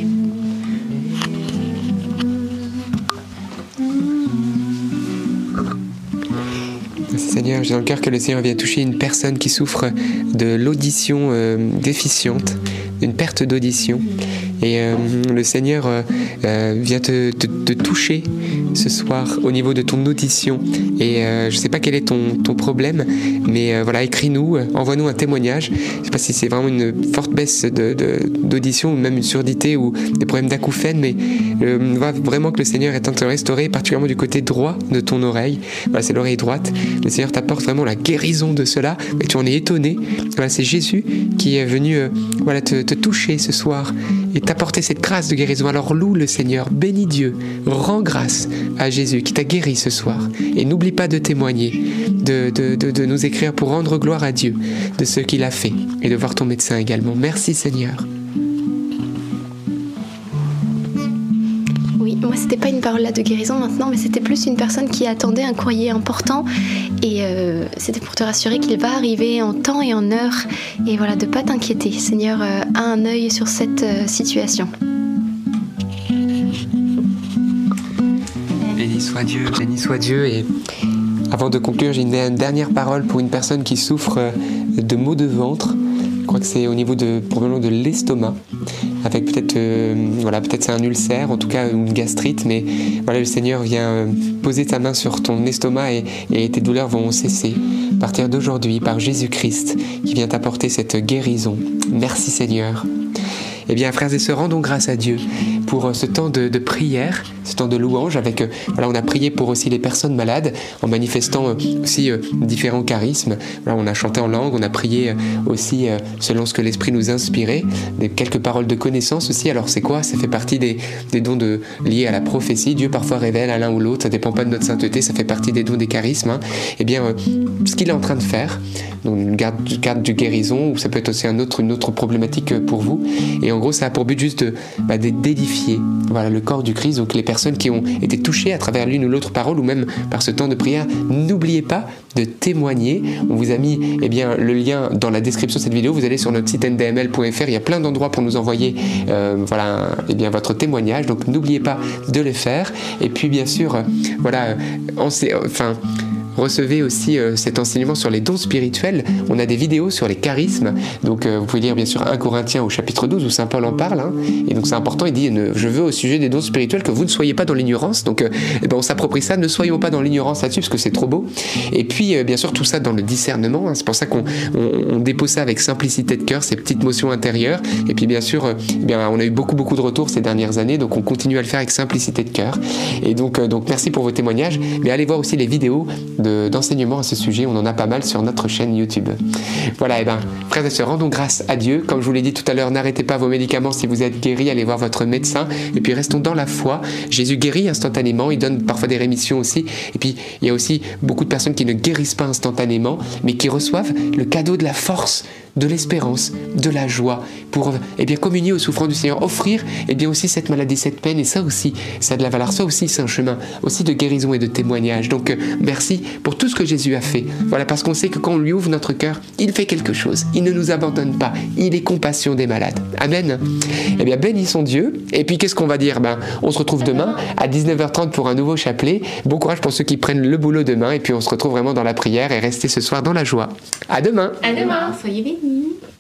Seigneur, j'ai dans le cœur que le Seigneur vient toucher une personne qui souffre de l'audition euh, déficiente, une perte d'audition. Et euh, le Seigneur euh, euh, vient te, te, te toucher ce soir au niveau de ton audition. Et euh, je ne sais pas quel est ton, ton problème, mais euh, voilà, écris-nous, euh, envoie-nous un témoignage. Je ne sais pas si c'est vraiment une forte baisse de, de, d'audition ou même une surdité ou des problèmes d'acouphènes, mais euh, on voit vraiment que le Seigneur est en train de te restaurer, particulièrement du côté droit de ton oreille. Voilà, c'est l'oreille droite. Le Seigneur t'apporte vraiment la guérison de cela, et tu en es étonné. Voilà, c'est Jésus qui est venu euh, voilà, te, te toucher ce soir et t'apporter cette grâce de guérison. Alors loue le Seigneur, bénis Dieu, rends grâce à Jésus qui t'a guéri ce soir. Et n'oublie pas de témoigner, de, de, de, de nous écrire pour rendre gloire à Dieu de ce qu'il a fait et de voir ton médecin également. Merci Seigneur. Oui, moi c'était pas une parole là de guérison maintenant, mais c'était plus une personne qui attendait un courrier important, et euh, c'était pour te rassurer qu'il va arriver en temps et en heure, et voilà, de pas t'inquiéter. Seigneur euh, a un œil sur cette euh, situation. Béni soit Dieu, béni soit Dieu. Et avant de conclure, j'ai une, une dernière parole pour une personne qui souffre de maux de ventre. Je crois que c'est au niveau de, probablement de l'estomac, avec peut-être, euh, voilà, peut-être c'est un ulcère, en tout cas une gastrite, mais voilà, le Seigneur vient euh, poser sa main sur ton estomac et, et tes douleurs vont cesser à partir d'aujourd'hui par Jésus-Christ qui vient t'apporter cette guérison. Merci Seigneur. Eh bien, frères et sœurs, rendons grâce à Dieu pour ce temps de, de prière, ce temps de louange. Avec, euh, voilà, on a prié pour aussi les personnes malades, en manifestant euh, aussi euh, différents charismes. Voilà, on a chanté en langue, on a prié euh, aussi euh, selon ce que l'Esprit nous inspirait, des, quelques paroles de connaissance aussi. Alors c'est quoi ? Ça fait partie des, des dons de, liés à la prophétie. Dieu parfois révèle à l'un ou l'autre, ça dépend pas de notre sainteté, ça fait partie des dons des charismes. Hein. Eh bien, euh, ce qu'il est en train de faire, donc une garde, garde du guérison, ou ça peut être aussi un autre, une autre problématique pour vous. Et en gros, ça a pour but juste de, bah, d'édifier voilà, le corps du Christ. Donc les personnes qui ont été touchées à travers l'une ou l'autre parole, ou même par ce temps de prière, n'oubliez pas de témoigner. On vous a mis eh bien, le lien dans la description de cette vidéo. Vous allez sur notre site n d m l point f r, il y a plein d'endroits pour nous envoyer euh, voilà, eh bien, votre témoignage. Donc n'oubliez pas de le faire. Et puis bien sûr, euh, voilà, on sait, enfin... recevez aussi euh, cet enseignement sur les dons spirituels. On a des vidéos sur les charismes. Donc euh, vous pouvez lire bien sûr un Corinthiens au chapitre douze où saint Paul en parle. Hein. Et donc c'est important, il dit ne, je veux au sujet des dons spirituels que vous ne soyez pas dans l'ignorance. Donc euh, eh ben, on s'approprie ça, ne soyons pas dans l'ignorance là-dessus parce que c'est trop beau. Et puis euh, bien sûr tout ça dans le discernement. Hein. C'est pour ça qu'on on, on dépose ça avec simplicité de cœur, ces petites motions intérieures. Et puis bien sûr, euh, eh bien, on a eu beaucoup beaucoup de retours ces dernières années. Donc on continue à le faire avec simplicité de cœur. Et donc, euh, donc merci pour vos témoignages. Mais allez voir aussi les vidéos De, d'enseignement à ce sujet, on en a pas mal sur notre chaîne YouTube. Voilà, et ben, frères et sœurs, rendons grâce à Dieu. Comme je vous l'ai dit tout à l'heure, n'arrêtez pas vos médicaments si vous êtes guéris, allez voir votre médecin, et puis restons dans la foi. Jésus guérit instantanément, il donne parfois des rémissions aussi, et puis il y a aussi beaucoup de personnes qui ne guérissent pas instantanément, mais qui reçoivent le cadeau de la force, de l'espérance, de la joie, pour eh bien, communier aux souffrants du Seigneur, offrir eh bien, aussi cette maladie, cette peine, et ça aussi, ça a de la valeur, ça aussi c'est un chemin, aussi de guérison et de témoignage. Donc euh, merci pour tout ce que Jésus a fait. Voilà, parce qu'on sait que quand on lui ouvre notre cœur, il fait quelque chose, il ne nous abandonne pas, il est compassion des malades. Amen. Eh bien, bénissons Dieu, et puis qu'est-ce qu'on va dire ? Ben, on se retrouve demain à dix-neuf heures trente pour un nouveau chapelet. Bon courage pour ceux qui prennent le boulot demain, et puis on se retrouve vraiment dans la prière et restez ce soir dans la joie. À demain. À demain. Soyez bénis.